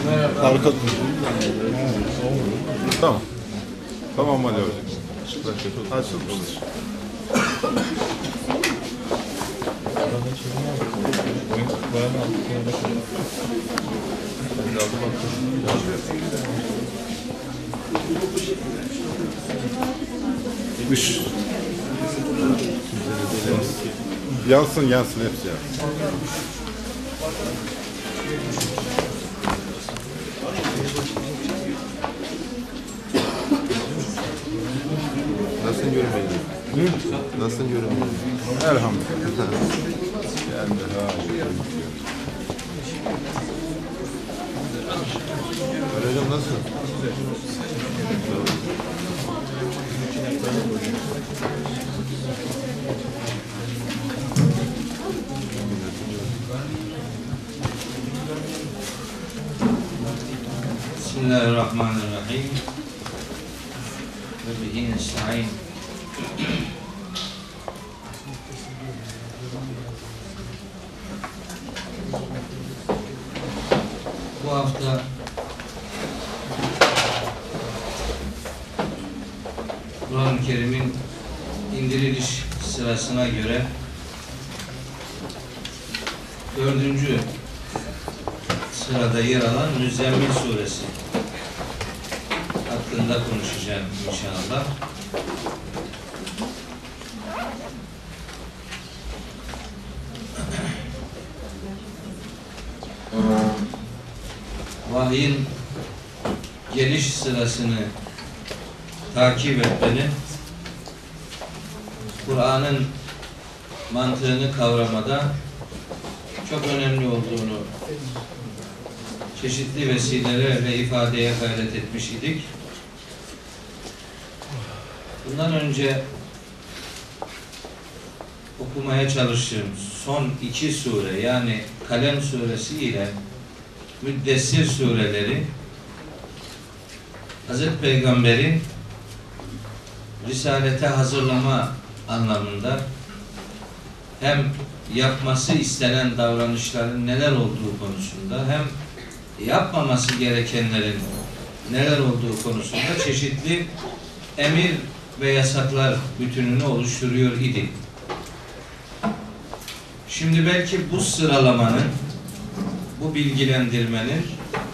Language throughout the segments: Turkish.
Arka... Tamam. Tamam Ali Hocam. Açılmıştır. Gitmiş. Yansın hepsi yansın. Nasıl görünüyor? Nasıl görünüyor? Elhamdülillah. Yani Hocam nasıl? Bismillahirrahmanirrahim. Ve bihi nesta'in. Bu hafta Kur'an-ı Kerim'in indiriliş sırasına göre 4. sırada yer alan Müzzemmil Suresi hakkında konuşacağım inşallah. Vahyin geliş sırasını takip etmenin Kur'an'ın mantığını kavramada çok önemli olduğunu çeşitli vesilelerle ifadeye gayret etmiş idik. Bundan önce okumaya çalıştığım son 2 sure, yani Kalem suresi ile Müddessir sureleri Hazreti Peygamber'in Risalete hazırlama anlamında hem yapması istenen davranışların neler olduğu konusunda hem yapmaması gerekenlerin neler olduğu konusunda çeşitli emir ve yasaklar bütününü oluşturuyor idi. Şimdi belki bu sıralamanın, bu bilgilendirmenin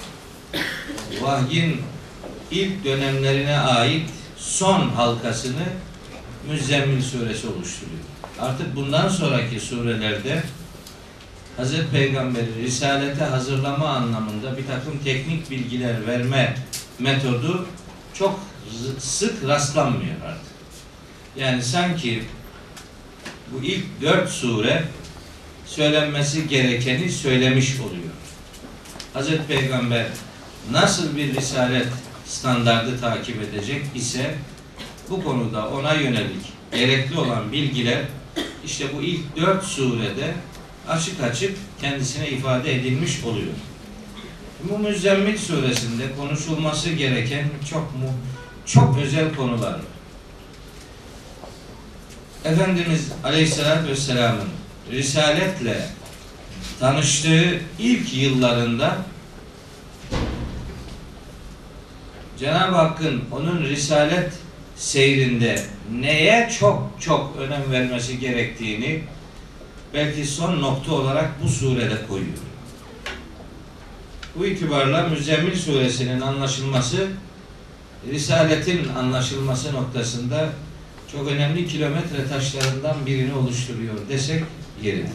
vahyin ilk dönemlerine ait son halkasını Müzzemmil suresi oluşturuyor. Artık bundan sonraki surelerde Hazreti Peygamber'i Risalete hazırlama anlamında bir takım teknik bilgiler verme metodu çok sık rastlanmıyor artık. Yani sanki bu ilk 4 sure söylenmesi gerekeni söylemiş oluyor. Hazreti Peygamber nasıl bir risalet standardı takip edecek ise bu konuda ona yönelik gerekli olan bilgiler işte bu ilk 4 surede açık açık kendisine ifade edilmiş oluyor. Bu Müzzemmil suresinde konuşulması gereken çok özel konular var. Efendimiz Aleyhisselatü Vesselam'ın risaletle tanıştığı ilk yıllarında Cenab-ı Hakk'ın onun risalet seyrinde neye çok önem vermesi gerektiğini belki son nokta olarak bu surede koyuyor. Bu itibarla Müzzemmil suresinin anlaşılması risaletin anlaşılması noktasında çok önemli kilometre taşlarından birini oluşturuyor desek yeridir.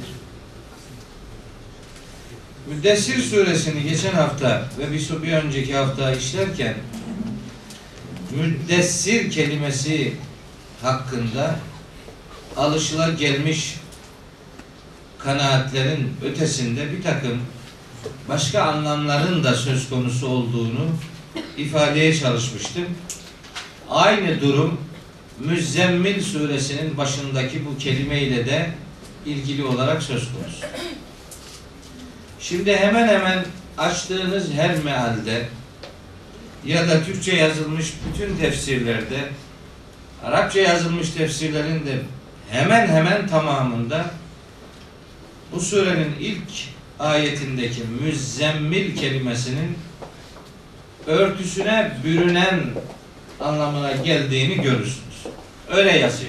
Müddessir suresini geçen hafta ve bir önceki hafta işlerken müddessir kelimesi hakkında alışılagelmiş kanaatlerin ötesinde bir takım başka anlamların da söz konusu olduğunu ifadeye çalışmıştım. Aynı durum Müzzemmil suresinin başındaki bu kelimeyle de ilgili olarak söz konusu. Şimdi hemen hemen açtığınız her mealde ya da Türkçe yazılmış bütün tefsirlerde, Arapça yazılmış tefsirlerin de hemen hemen tamamında bu surenin ilk ayetindeki müzzemmil kelimesinin örtüsüne bürünen anlamına geldiğini görürsünüz. Öyle yazıyor.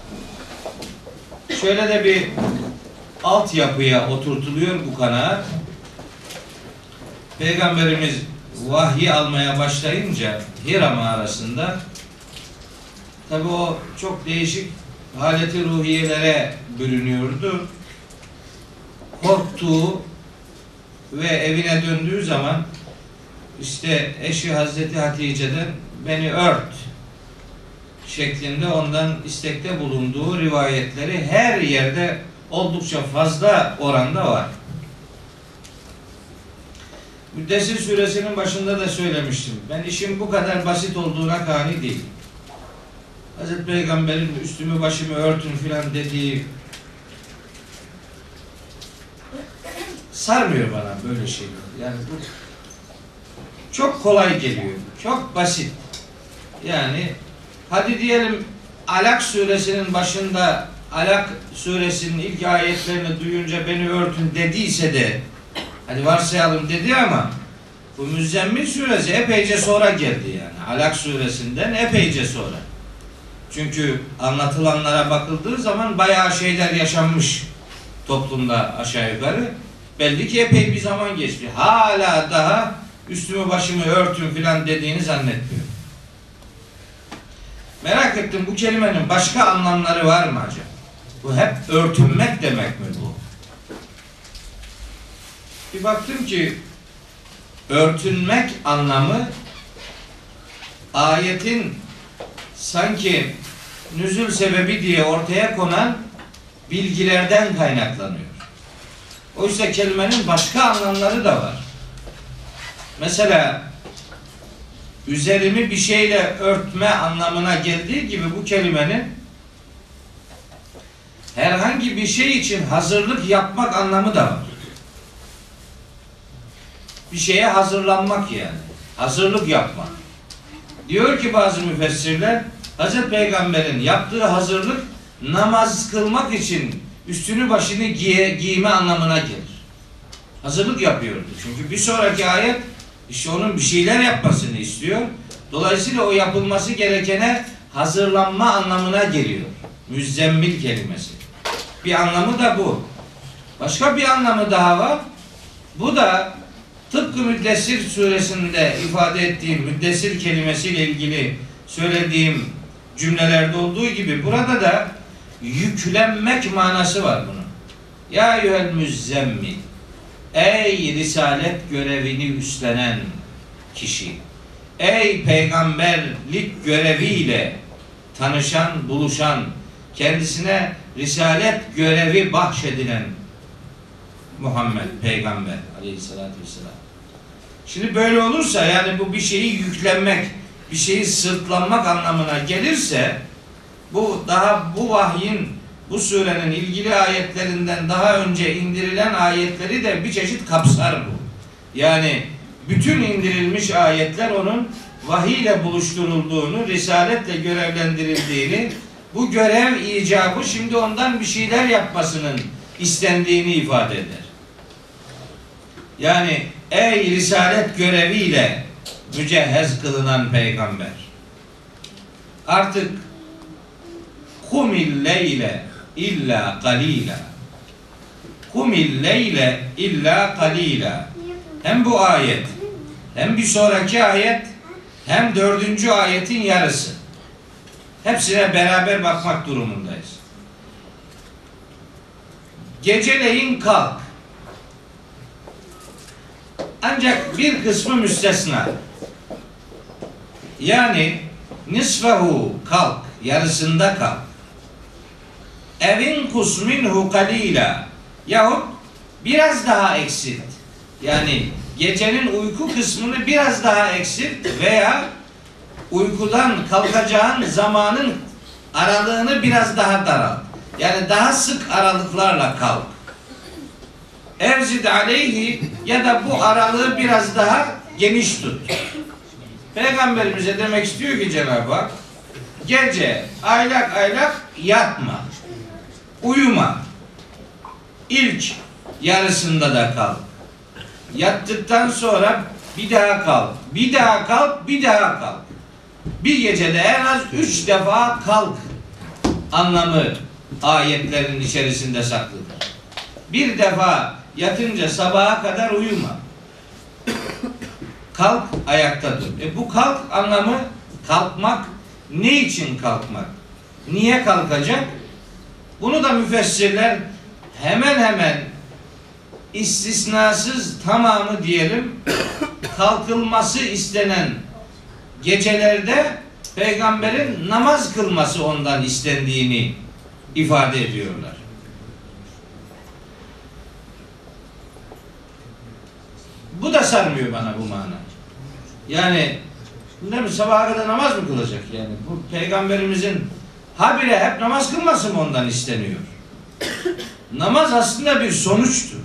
Şöyle de bir altyapıya oturtuluyor bu kanaat. Peygamberimiz vahyi almaya başlayınca Hira mağarasında, tabi o çok değişik haleti ruhiyelere bürünüyordu. Korktuğu ve evine döndüğü zaman işte eşi Hazreti Hatice'den beni ört şeklinde ondan istekte bulunduğu rivayetleri her yerde oldukça fazla oranda var. Müddessir suresinin başında da söylemiştim. Ben işin bu kadar basit olduğuna kani değilim. Hazreti Peygamber'in üstümü başımı örtün filan dediği sarmıyor bana böyle şeyler. Yani bu çok kolay geliyor. Çok basit. Yani hadi diyelim Alak suresinin başında Alak suresinin ilk ayetlerini duyunca beni örtün dediyse de, hadi varsayalım dedi, ama bu Müzzemmil suresi epeyce sonra geldi yani. Alak suresinden epeyce sonra. Çünkü anlatılanlara bakıldığı zaman bayağı şeyler yaşanmış toplumda aşağı yukarı. Belli ki epey bir zaman geçti. Hala daha üstümü başımı örtün filan dediğini zannetmiyorum. Merak ettim, bu kelimenin başka anlamları var mı acaba? Bu hep örtünmek demek mi bu? Bir baktım ki örtünmek anlamı ayetin sanki nüzul sebebi diye ortaya konan bilgilerden kaynaklanıyor. Oysa kelimenin başka anlamları da var. Mesela üzerimi bir şeyle örtme anlamına geldiği gibi bu kelimenin herhangi bir şey için hazırlık yapmak anlamı da var. Bir şeye hazırlanmak yani. Hazırlık yapmak. Diyor ki bazı müfessirler, Hazreti Peygamber'in yaptığı hazırlık namaz kılmak için üstünü başını giyme anlamına gelir. Hazırlık yapıyordu. Çünkü bir sonraki ayet işte onun bir şeyler yapmasını istiyor. Dolayısıyla o yapılması gerekene hazırlanma anlamına geliyor. Müzzemmil kelimesi. Bir anlamı da bu. Başka bir anlamı daha var. Bu da tıpkı Müddessir suresinde ifade ettiğim müddessir kelimesiyle ilgili söylediğim cümlelerde olduğu gibi burada da yüklenmek manası var bunun. Ya eyyuhel müzzemmil, ey risalet görevini üstlenen kişi, ey peygamberlik göreviyle tanışan, buluşan, kendisine risalet görevi bahşedilen Muhammed peygamber aleyhissalatü vesselam. Şimdi böyle olursa, yani bu bir şeyi yüklenmek, bir şeyi sırtlanmak anlamına gelirse, bu daha bu vahyin, bu surenin ilgili ayetlerinden daha önce indirilen ayetleri de bir çeşit kapsar bu. Yani bütün indirilmiş ayetler onun vahiy ile buluşturulduğunu, risaletle görevlendirildiğini, bu görev icabı şimdi ondan bir şeyler yapmasının istendiğini ifade eder. Yani ey risalet göreviyle mücehhez kılınan peygamber, artık kumil leyle illa qalila, kumil leyle illa qalila. Hem bu ayet, hem bir sonraki ayet, hem 4. ayetin yarısı. Hepsine beraber bakmak durumundayız. Geceleyin kalk. Ancak bir kısmı müstesna. Yani nisfehu kalk, yarısında kalk. Evin kusminhu kalila, yahut biraz daha eksilt. Yani gecenin uyku kısmını biraz daha eksilt veya uykudan kalkacağın zamanın aralığını biraz daha daralt. Yani daha sık aralıklarla kalk. Evzid aleyhi, ya da bu aralığı biraz daha geniş tut. Peygamberimize demek istiyor ki Cenab-ı Hak, gece aylak aylak yatma, uyuma. İlk yarısında da kal. yattıktan sonra bir daha kalk, bir daha kalk, bir daha kalk. Bir gecede en az 3 defa kalk anlamı ayetlerin içerisinde saklıdır. Bir defa yatınca sabaha kadar uyuma. Kalk, ayakta dur. Bu kalk anlamı kalkmak. Ne için kalkmak? Niye kalkacak? Bunu da müfessirler hemen hemen istisnasız tamamı diyelim kalkılması istenen gecelerde peygamberin namaz kılması ondan istendiğini ifade ediyorlar. Bu da sarmıyor bana bu mana. Yani değil mi, sabaha kadar namaz mı kılacak yani? Bu peygamberimizin habire hep namaz kılması mı ondan isteniyor? Namaz aslında bir sonuçtur.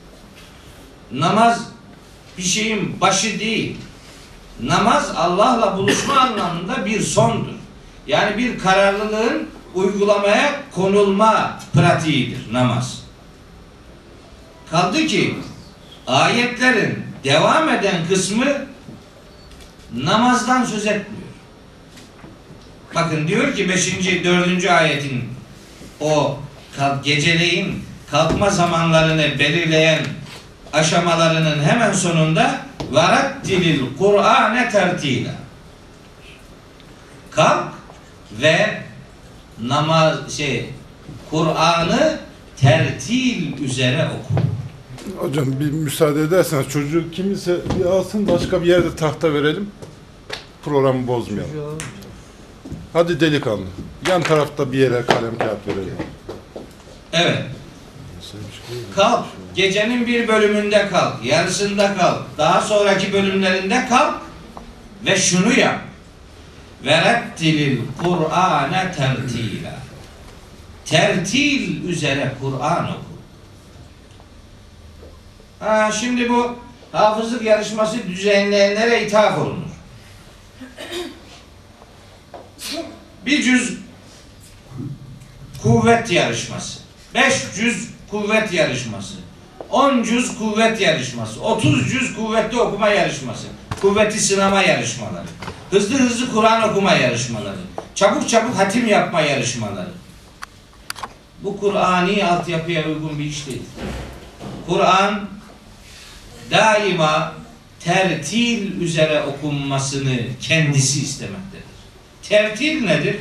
Namaz bir şeyin başı değil. Namaz Allah'la buluşma anlamında bir sondur. Yani bir kararlılığın uygulamaya konulma pratiğidir namaz. Kaldı ki ayetlerin devam eden kısmı namazdan söz etmiyor. Bakın diyor ki 4. ayetin o geceleyin kalkma zamanlarını belirleyen aşamalarının hemen sonunda varattilil Kur'ane tertila. Kalk ve Kur'an'ı tertil üzere oku. Hocam bir müsaade ederseniz çocuğu kimse bir alsın, başka bir yerde tahta verelim. Programı bozmayalım. Hadi delikanlı. Yan tarafta bir yere kalem kağıt verelim. Evet. Kalk. Gecenin bir bölümünde kalk. Yarısında kalk. Daha sonraki bölümlerinde kalk. Ve şunu yap. Verettilil Kur'ane tertila. Tertil üzere Kur'an oku. Şimdi bu hafızlık yarışması düzenleyenlere ithaf olunur. Bir cüz kuvvet yarışması, 5 cüz kuvvet yarışması, 10 cüz kuvvet yarışması, 30 cüz kuvvetli okuma yarışması, kuvveti sınama yarışmaları, hızlı hızlı Kur'an okuma yarışmaları, çabuk çabuk hatim yapma yarışmaları. Bu Kur'ani altyapıya uygun bir iş değil. Kur'an daima tertil üzere okunmasını kendisi istemektedir. Tertil nedir?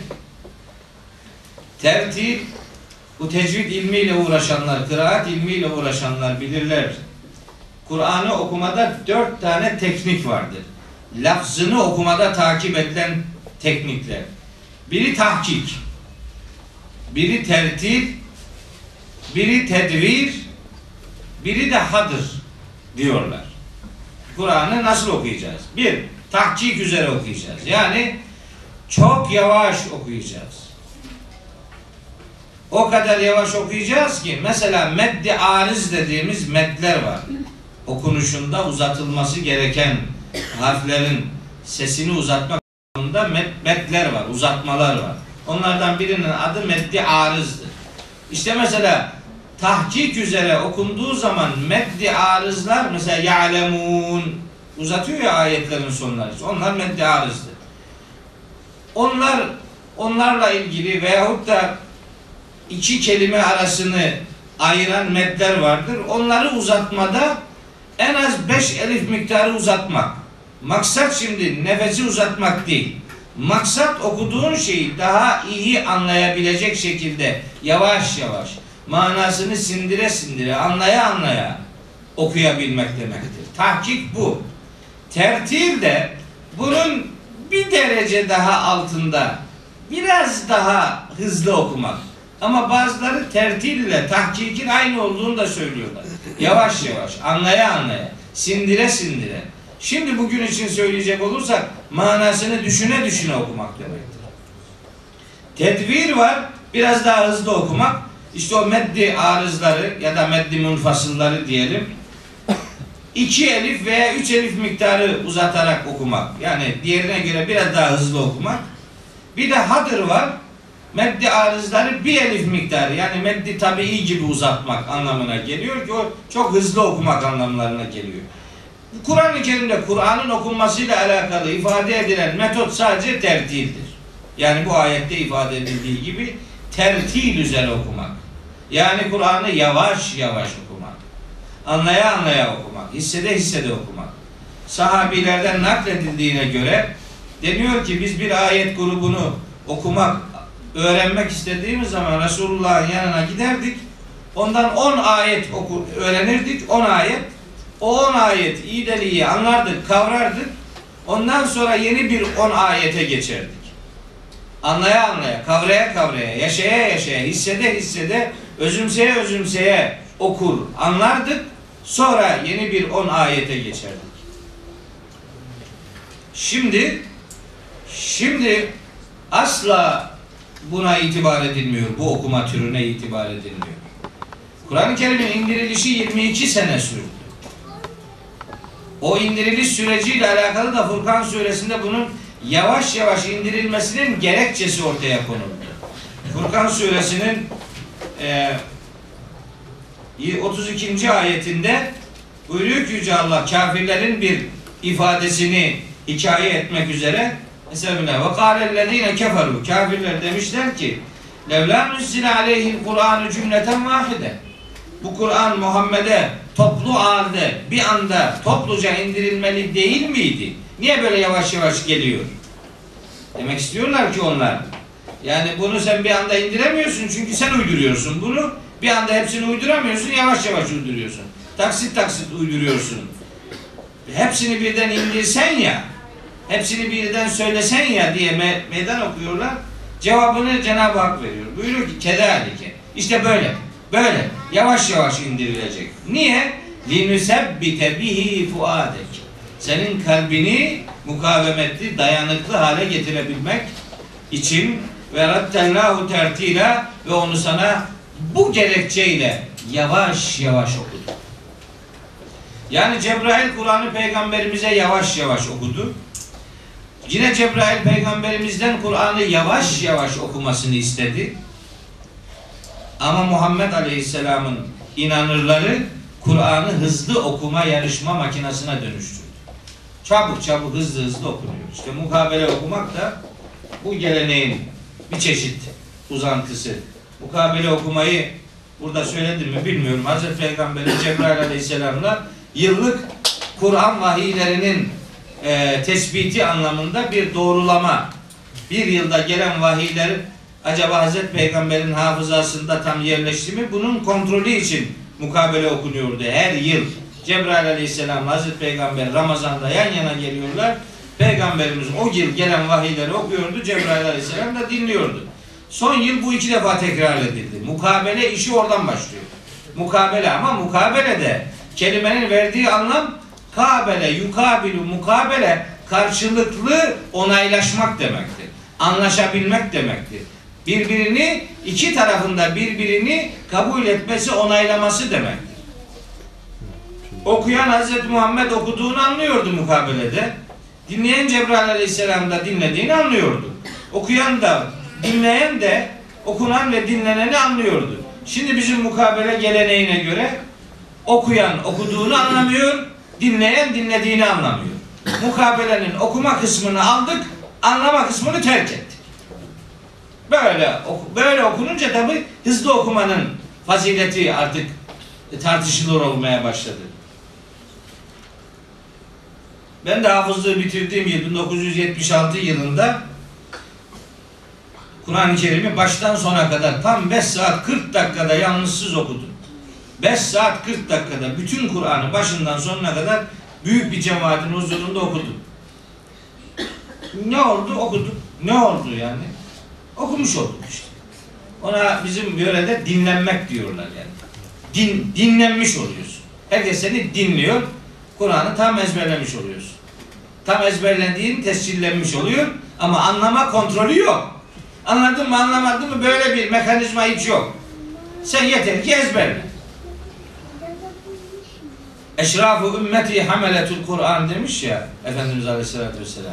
Tertil, bu tecvid ilmiyle uğraşanlar, kıraat ilmiyle uğraşanlar bilirler. Kur'an'ı okumada 4 tane teknik vardır. Lafzını okumada takip edilen teknikler. Biri tahkik, biri tertil, biri tedvir, biri de hadır diyorlar. Kur'an'ı nasıl okuyacağız? Bir, tahkik üzere okuyacağız. Yani çok yavaş okuyacağız. O kadar yavaş okuyacağız ki mesela meddi ariz dediğimiz medler var. Okunuşunda uzatılması gereken harflerin sesini uzatmak konusunda medler var, uzatmalar var. Onlardan birinin adı meddi arızdır. İşte mesela tahkik üzere okunduğu zaman meddi arızlar, mesela ya'lemun uzatıyor ya ayetlerin sonları. Onlar meddi arızdır. Onlarla ilgili veyahut da iki kelime arasını ayıran medler vardır. Onları uzatmada en az 5 elif miktarı uzatmak. Maksat şimdi nefesi uzatmak değil. Maksat okuduğun şeyi daha iyi anlayabilecek şekilde yavaş yavaş manasını sindire sindire anlaya okuyabilmek demektir. Tahkik bu. Tertil de bunun bir derece daha altında, biraz daha hızlı okumak. Ama bazıları tertil ile tahkikin aynı olduğunu da söylüyorlar. Yavaş yavaş, anlaya sindire sindire. Şimdi bugün için söyleyecek olursak manasını düşüne düşüne okumak demektir. Tedvir var, biraz daha hızlı okumak. İşte o meddi arızları ya da meddi munfasılları diyelim. 2 elif veya 3 elif miktarı uzatarak okumak. Yani diğerine göre biraz daha hızlı okumak. Bir de hadır var. Meddi arızları 1 elif miktarı, yani meddi tabii gibi uzatmak anlamına geliyor ki o çok hızlı okumak anlamlarına geliyor. Kur'an-ı Kerim'de Kur'an'ın okunmasıyla alakalı ifade edilen metot sadece tertildir. Yani bu ayette ifade edildiği gibi tertil üzere okumak. Yani Kur'an'ı yavaş yavaş okumak. Anlaya anlaya okumak. Hissede hissede okumak. Sahabilerden nakledildiğine göre deniyor ki biz bir ayet grubunu okumak, öğrenmek istediğimiz zaman Resulullah'ın yanına giderdik. Ondan 10 ayet öğrenirdik. 10 ayet. O 10 ayet iyi anlardık, kavrardık. Ondan sonra yeni bir 10 ayete geçerdik. Anlaya anlaya, kavraya kavraya, yaşaya yaşaya, hissede hissede, özümseye özümseye okur, anlardık. Sonra yeni bir 10 ayete geçerdik. Şimdi asla buna itibar edilmiyor. Bu okuma türüne itibar edilmiyor. Kur'an-ı Kerim'in indirilişi 22 sene sürdü. O indiriliş süreciyle alakalı da Furkan suresinde bunun yavaş yavaş indirilmesinin gerekçesi ortaya konuldu. Furkan suresinin 32. ayetinde buyuruyor ki Yüce Allah kafirlerin bir ifadesini hikaye etmek üzere Estağfirullah. Ve kâlellezîne keferû. Kafirler demişler ki levlâ nüzzile aleyhil Kur'anu cümleten vâhide. Bu Kur'an Muhammed'e toplu halde bir anda topluca indirilmeli değil miydi? Niye böyle yavaş yavaş geliyor? Demek istiyorlar ki onlar. Yani bunu sen bir anda indiremiyorsun çünkü sen uyduruyorsun bunu. Bir anda hepsini uyduramıyorsun, yavaş yavaş uyduruyorsun. Taksit taksit uyduruyorsun. Hepsini birden indirsen ya, hepsini birden söylesen ya diye meydan okuyorlar. Cevabını Cenab-ı Hak veriyor. Buyuruyor ki kedalike. İşte böyle. Böyle. Yavaş yavaş indirilecek. Niye? Linusebbite bihi fuadek. Senin kalbini mukavemetli, dayanıklı hale getirebilmek için ve rattellahu tertila ve onu sana bu gerekçeyle yavaş yavaş okudu. Yani Cebrail Kur'an'ı peygamberimize yavaş yavaş okudu. Yine Cebrail peygamberimizden Kur'an'ı yavaş yavaş okumasını istedi. Ama Muhammed Aleyhisselam'ın inanırları Kur'an'ı hızlı okuma yarışma makinesine dönüştürdü. Çabuk çabuk hızlı hızlı okunuyor. İşte mukabele okumak da bu geleneğin bir çeşit uzantısı. Mukabele okumayı burada söyledim mi bilmiyorum. Hazreti Peygamber'in Cebrail Aleyhisselam'la yıllık Kur'an vahiylerinin tespiti anlamında bir doğrulama. Bir yılda gelen vahiyler acaba Hazreti Peygamber'in hafızasında tam yerleşti mi? Bunun kontrolü için mukabele okunuyordu. Her yıl Cebrail Aleyhisselam Hazreti Peygamber Ramazan'da yan yana geliyorlar. Peygamberimiz o yıl gelen vahiyleri okuyordu. Cebrail Aleyhisselam da dinliyordu. Son yıl bu 2 defa tekrar edildi. Mukabele işi oradan başlıyor. Mukabele ama mukabelede kelimenin verdiği anlam kabele, yukabilu, mukabele karşılıklı onaylaşmak demektir. Anlaşabilmek demektir. Birbirini, iki tarafında birbirini kabul etmesi, onaylaması demektir. Okuyan Hazreti Muhammed okuduğunu anlıyordu mukabelede. Dinleyen Cebrail Aleyhisselam da dinlediğini anlıyordu. Okuyan da, dinleyen de okunan ve dinleneni anlıyordu. Şimdi bizim mukabele geleneğine göre okuyan okuduğunu anlamıyor, dinleyen dinlediğini anlamıyor. Mukabelenin okuma kısmını aldık, anlama kısmını terk ettik. Böyle okununca tabi hızlı okumanın fazileti artık tartışılır olmaya başladı. Ben de hafızlığı bitirdiğim yıl 1976 yılında Kur'an-ı Kerim'i baştan sona kadar tam 5 saat 40 dakikada yalnızsız okudum. 5 saat 40 dakikada bütün Kur'an'ı başından sonuna kadar büyük bir cemaatin huzurunda okudum. Ne oldu? Okuduk. Ne oldu yani? Okumuş olduk işte. Ona bizim yörede dinlenmek diyorlar yani. Dinlenmiş oluyorsun. Herkes seni dinliyor. Kur'an'ı tam ezberlemiş oluyorsun. Tam ezberlendiğin tescillenmiş oluyor. Ama anlama kontrolü yok. Anladın mı anlamadın mı böyle bir mekanizma hiç yok. Sen yeter ki ezberle. Eşraf-ı ümmeti hameletul Kur'an demiş ya Efendimiz Aleyhisselatü Vesselam.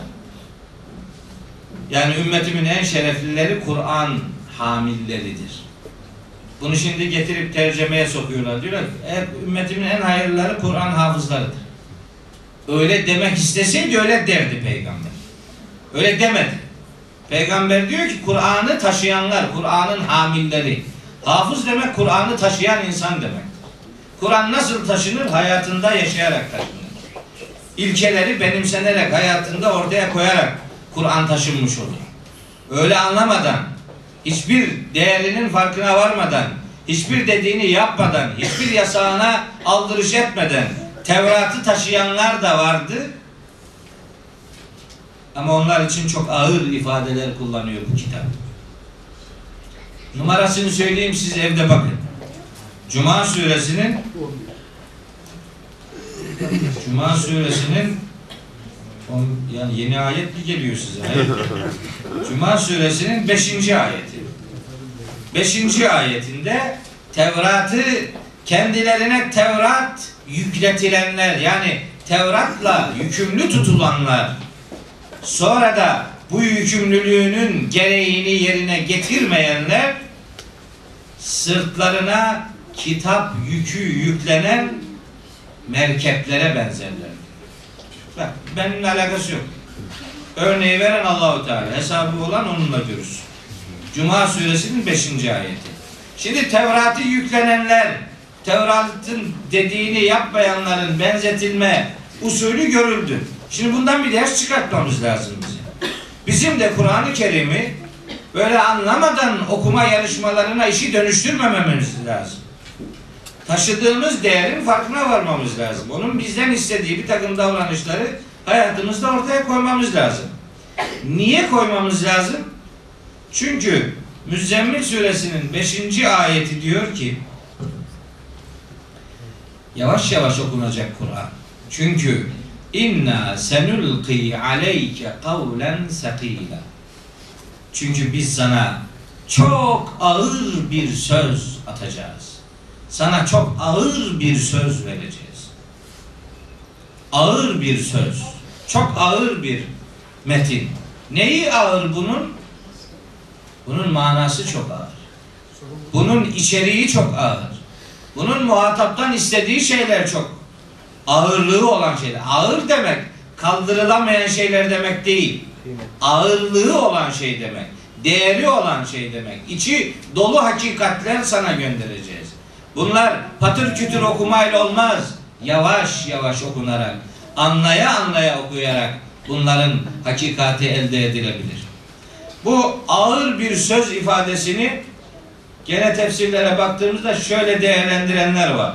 Yani ümmetimin en şereflileri Kur'an hamilleridir. Bunu şimdi getirip tercemeye sokuyorlar. Diyorlar ki ümmetimin en hayırlıları Kur'an hafızlarıdır. Öyle demek isteseydi öyle derdi peygamber. Öyle demedi. Peygamber diyor ki Kur'an'ı taşıyanlar, Kur'an'ın hamilleri. Hafız demek Kur'an'ı taşıyan insan demek. Kur'an nasıl taşınır? Hayatında yaşayarak taşınır. İlkeleri benimsenerek, hayatında ortaya koyarak Kur'an taşınmış olur. Öyle anlamadan, hiçbir değerinin farkına varmadan, hiçbir dediğini yapmadan, hiçbir yasağına aldırış etmeden Tevrat'ı taşıyanlar da vardı. Ama onlar için çok ağır ifadeler kullanıyor bu kitap. Numarasını söyleyeyim, siz evde bakın. Cuma suresinin yani yeni ayet mi geliyor size? Evet. Cuma suresinin 5. ayeti. 5. ayetinde Tevrat'ı kendilerine Tevrat yükletilenler, yani Tevrat'la yükümlü tutulanlar, sonra da bu yükümlülüğünün gereğini yerine getirmeyenler, sırtlarına kitap yükü yüklenen merkeplere benzerler. Bak, benimle alakası yok. Örneği veren Allahu Teala, hesabı olan onunla görürsün. Cuma suresinin 5. ayeti. Şimdi Tevrat'ı yüklenenler, Tevrat'ın dediğini yapmayanların benzetilme usulü görüldü. Şimdi bundan bir ders çıkartmamız lazım bize. Bizim de Kur'an-ı Kerim'i böyle anlamadan okuma yarışmalarına işi dönüştürmememiz lazım. Taşıdığımız değerin farkına varmamız lazım. Onun bizden istediği bir takım davranışları hayatımızda ortaya koymamız lazım. Niye koymamız lazım? Çünkü Müzzemmil suresinin 5. ayeti diyor ki, yavaş yavaş okunacak Kur'an. Çünkü inna senulqi aleyke kavlen sakila. Çünkü biz sana çok ağır bir söz atacağız. Sana çok ağır bir söz vereceğiz. Ağır bir söz. Çok ağır bir metin. Neyi ağır bunun? Bunun manası çok ağır. Bunun içeriği çok ağır. Bunun muhataptan istediği şeyler çok ağırlığı olan şeyler. Ağır demek kaldırılamayan şeyler demek değil. Ağırlığı olan şey demek. Değeri olan şey demek. İçi dolu hakikatler sana göndereceğiz. Bunlar patır kütür okumayla olmaz. Yavaş yavaş okunarak, anlaya anlaya okuyarak bunların hakikati elde edilebilir. Bu ağır bir söz ifadesini gene tefsirlere baktığımızda şöyle değerlendirenler var.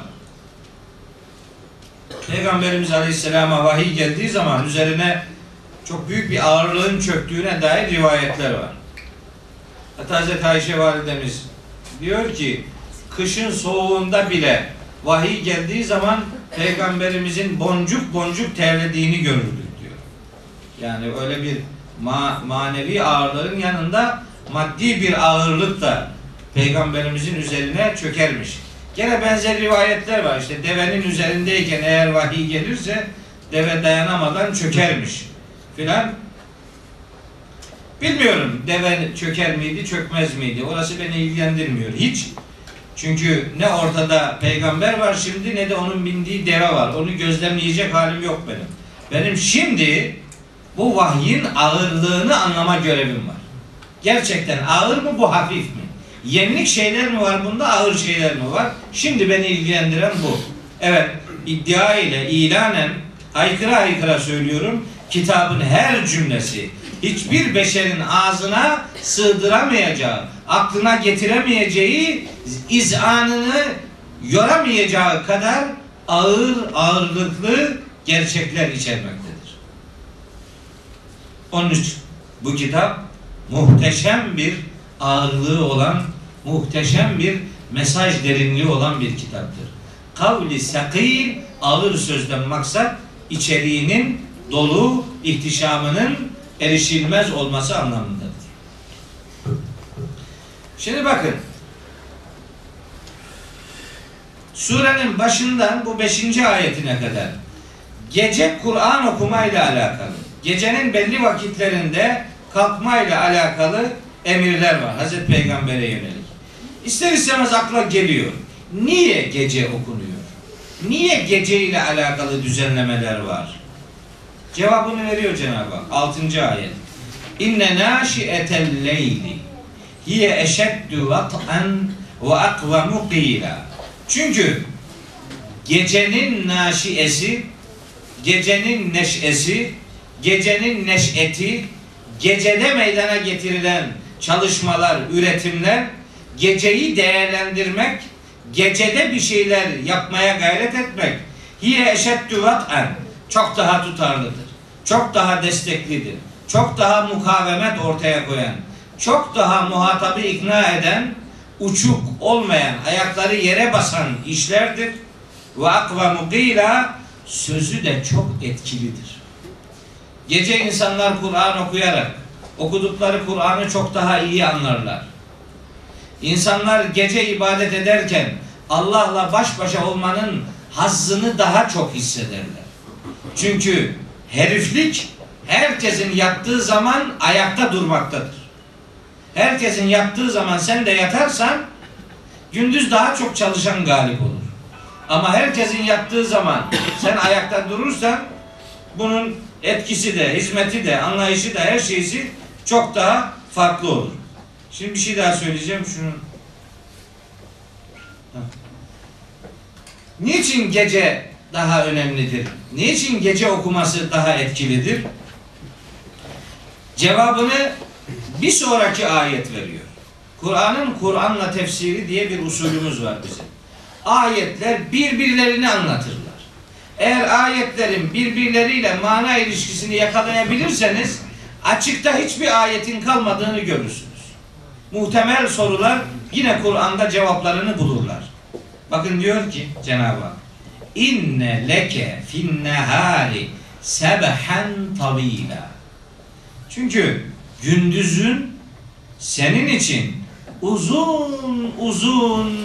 Peygamberimiz Aleyhisselam'a vahiy geldiği zaman üzerine çok büyük bir ağırlığın çöktüğüne dair rivayetler var. Hatta Hazreti Ayşe validemiz diyor ki kışın soğuğunda bile vahiy geldiği zaman Peygamberimizin boncuk boncuk terlediğini görürdük diyor. Yani öyle bir manevi ağırlığın yanında maddi bir ağırlık da Peygamberimizin üzerine çökermiş. Gene benzer rivayetler var. İşte devenin üzerindeyken eğer vahiy gelirse deve dayanamadan çökermiş filan. Bilmiyorum deve çöker miydi, çökmez miydi? Orası beni ilgilendirmiyor hiç. Çünkü ne ortada peygamber var şimdi ne de onun bindiği deve var. Onu gözlemleyecek halim yok benim. Benim şimdi bu vahyin ağırlığını anlama görevim var. Gerçekten ağır mı bu, hafif mi? Yenilik şeyler mi var bunda, ağır şeyler mi var? Şimdi beni ilgilendiren bu. Evet, iddia ile ilanen haykıra haykıra söylüyorum. Kitabın her cümlesi hiçbir beşerin ağzına sığdıramayacağı, aklına getiremeyeceği, izanını yoramayacağı kadar ağırlıklı gerçekler içermektedir. Onun için bu kitap muhteşem bir ağırlığı olan, muhteşem bir mesaj derinliği olan bir kitaptır. Kavli sakil, ağır sözden maksat içeriğinin dolu, ihtişamının erişilmez olması anlamındadır. Şimdi bakın, surenin başından bu 5. ayetine kadar gece Kur'an okumayla alakalı, gecenin belli vakitlerinde kalkmayla alakalı emirler var Hazreti Peygamber'e yönelik. İster istemez akla geliyor. Niye gece okunuyor? Niye gece ile alakalı düzenlemeler var? Cevabını veriyor Cenab-ı Hak. 6. ayet. İnne nâşi'etel leyli hiye eşeddü vat'an ve akvamu qîlâ. Çünkü gecenin naşiesi, gecenin neşesi, gecenin neşeti, gecede meydana getirilen çalışmalar, üretimler, geceyi değerlendirmek, gecede bir şeyler yapmaya gayret etmek, hiye eşeddü vat'an, çok daha tutarlıdır, çok daha desteklidir, çok daha mukavemet ortaya koyan, çok daha muhatabı ikna eden, uçuk olmayan, ayakları yere basan işlerdir. Ve akvamu qîlâ, sözü de çok etkilidir. Gece insanlar Kur'an okuyarak, okudukları Kur'an'ı çok daha iyi anlarlar. İnsanlar gece ibadet ederken Allah'la baş başa olmanın hazzını daha çok hissederler. Çünkü heriflik herkesin yattığı zaman ayakta durmaktadır. Herkesin yattığı zaman sen de yatarsan gündüz daha çok çalışan galip olur. Ama herkesin yattığı zaman sen ayakta durursan bunun etkisi de, hizmeti de, anlayışı da, her şeysi çok daha farklı olur. Şimdi bir şey daha söyleyeceğim. Şunu. Niçin gece daha önemlidir? Niçin gece okuması daha etkilidir? Cevabını bir sonraki ayet veriyor. Kur'an'la tefsiri diye bir usulümüz var bizim. Ayetler birbirlerini anlatırlar. Eğer ayetlerin birbirleriyle mana ilişkisini yakalayabilirseniz açıkta hiçbir ayetin kalmadığını görürsünüz. Muhtemel sorular yine Kur'an'da cevaplarını bulurlar. Bakın diyor ki Cenab-ı Hak, İnne leke finnehari sebhen tavila. Çünkü gündüzün senin için uzun uzun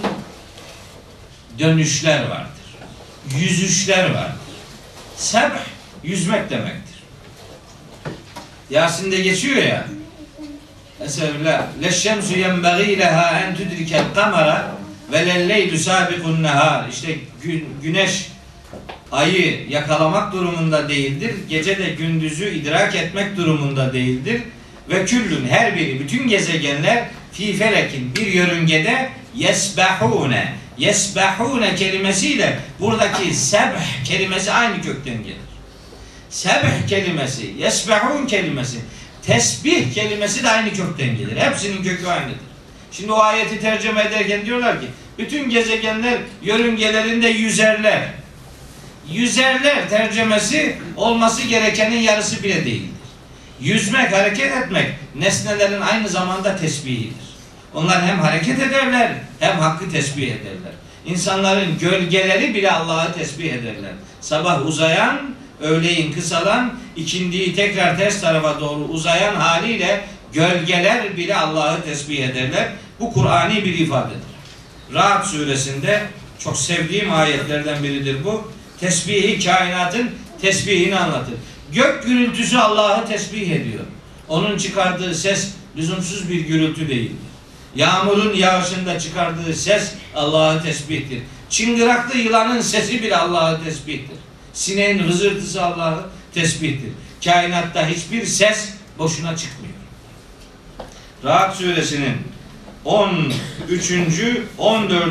dönüşler vardır. Yüzüşler vardır. Sebh, yüzmek demektir. Yasin'de geçiyor ya, mesela leşşemsu yenbagî lehâ en tudrikel kamera ve lelleylu sâbikun nehâr. İşte güneş ayı yakalamak durumunda değildir. Gece de gündüzü idrak etmek durumunda değildir. Ve küllün, her biri, bütün gezegenler fî felekin, bir yörüngede yesbehûne. Yesbehûne kelimesiyle buradaki sebh kelimesi aynı kökten gelir. Sebh kelimesi, yesbehûn kelimesi, tesbih kelimesi de aynı kökten gelir. Hepsinin kökü aynıdır. Şimdi o ayeti tercüme ederken diyorlar ki bütün gezegenler yörüngelerinde yüzerler. Yüzerler tercümesi olması gerekenin yarısı bile değildir. Yüzmek, hareket etmek nesnelerin aynı zamanda tesbihidir. Onlar hem hareket ederler hem hakkı tesbih ederler. İnsanların gölgeleri bile Allah'ı tesbih ederler. Sabah uzayan, öğleyin kısalan, ikindiyi tekrar ters tarafa doğru uzayan haliyle gölgeler bile Allah'ı tesbih ederler. Bu Kur'ani bir ifadedir. Ra'd suresinde çok sevdiğim ayetlerden biridir bu. Tesbihi, kainatın tesbihini anlatır. Gök gürültüsü Allah'ı tesbih ediyor. Onun çıkardığı ses lüzumsuz bir gürültü değildir. Yağmurun yağışında çıkardığı ses Allah'ı tesbihtir. Çıngıraklı yılanın sesi bile Allah'ı tesbihtir. Sineğin hızırtısı Allah'ı tesbihtir. Kainatta hiçbir ses boşuna çıkmıyor. Ra'd suresinin 13. 14.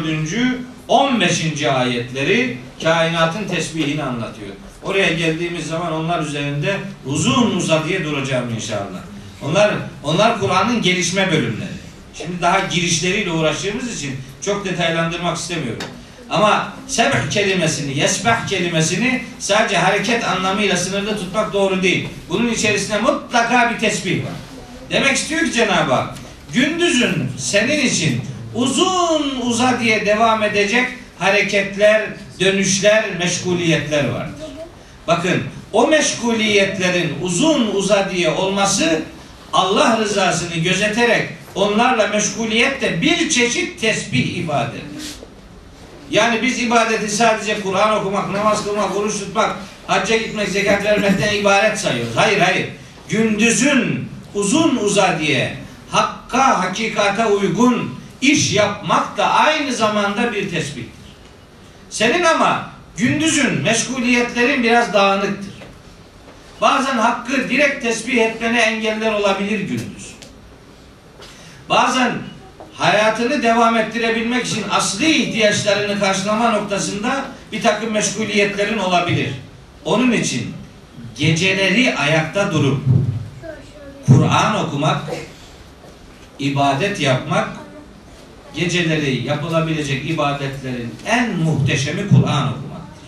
15. ayetleri kainatın tesbihini anlatıyor. Oraya geldiğimiz zaman onlar üzerinde uzun uzadıya duracağım inşallah. Onlar Kur'an'ın gelişme bölümleri. Şimdi daha girişleriyle uğraştığımız için çok detaylandırmak istemiyorum. Ama sebh kelimesini, yesbeh kelimesini sadece hareket anlamıyla sınırlı tutmak doğru değil. Bunun içerisinde mutlaka bir tesbih var. Demek istiyor ki Cenab-ı Hak, gündüzün senin için uzun uzadıya devam edecek hareketler, dönüşler, meşguliyetler vardır. Bakın, o meşguliyetlerin uzun uzadıya olması Allah rızasını gözeterek onlarla meşguliyet de bir çeşit tesbih ifade eder. Yani biz ibadeti sadece Kur'an okumak, namaz kılmak, oruç tutmak, hacca gitmek, zekat vermekten ibaret sayıyoruz. Hayır, hayır. Gündüzün uzun uzadıya, hakka, hakikate uygun iş yapmak da aynı zamanda bir tesbihtir. Senin ama gündüzün meşguliyetlerin biraz dağınıktır. Bazen hakkı direkt tesbih etmene engeller olabilir gündüz. Bazen hayatını devam ettirebilmek için asli ihtiyaçlarını karşılama noktasında bir takım meşguliyetlerin olabilir. Onun için geceleri ayakta durup Kur'an okumak, ibadet yapmak, geceleri yapılabilecek ibadetlerin en muhteşemi Kur'an okumaktır.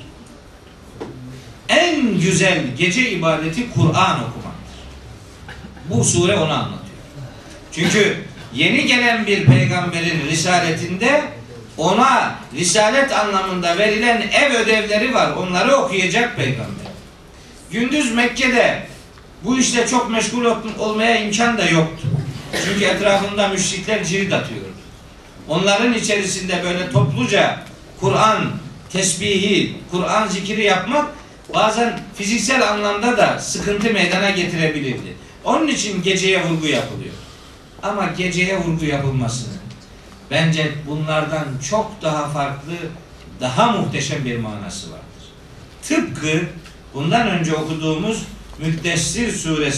En güzel gece ibadeti Kur'an okumaktır. Bu sure onu anlatıyor. Çünkü yeni gelen bir peygamberin risaletinde ona risalet anlamında verilen ev ödevleri var. Onları okuyacak peygamber. Gündüz Mekke'de bu işte çok meşgul olmaya imkan da yoktu. Çünkü etrafında müşrikler cirit atıyordu. Onların içerisinde böyle topluca Kur'an tesbihi, Kur'an zikri yapmak bazen fiziksel anlamda da sıkıntı meydana getirebilirdi. Onun için geceye vurgu yapılıyor. Ama geceye vurgu yapılmasının bence bunlardan çok daha farklı, daha muhteşem bir manası vardır. Tıpkı bundan önce okuduğumuz Müddessir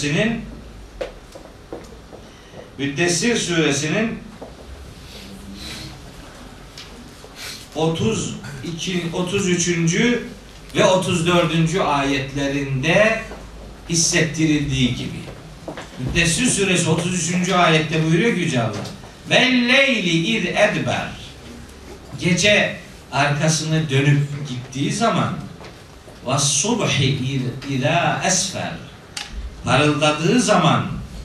suresinin 32, 33. ve 34. ayetlerinde hissettirildiği gibi. Müddessir suresi 33. ayette buyuruyor ki Yüce Allah, "Velleyli iz edber." Gece arkasını dönüp gittiği zaman, "Ve's-subhi izâ esfer." Parıldadığı zaman,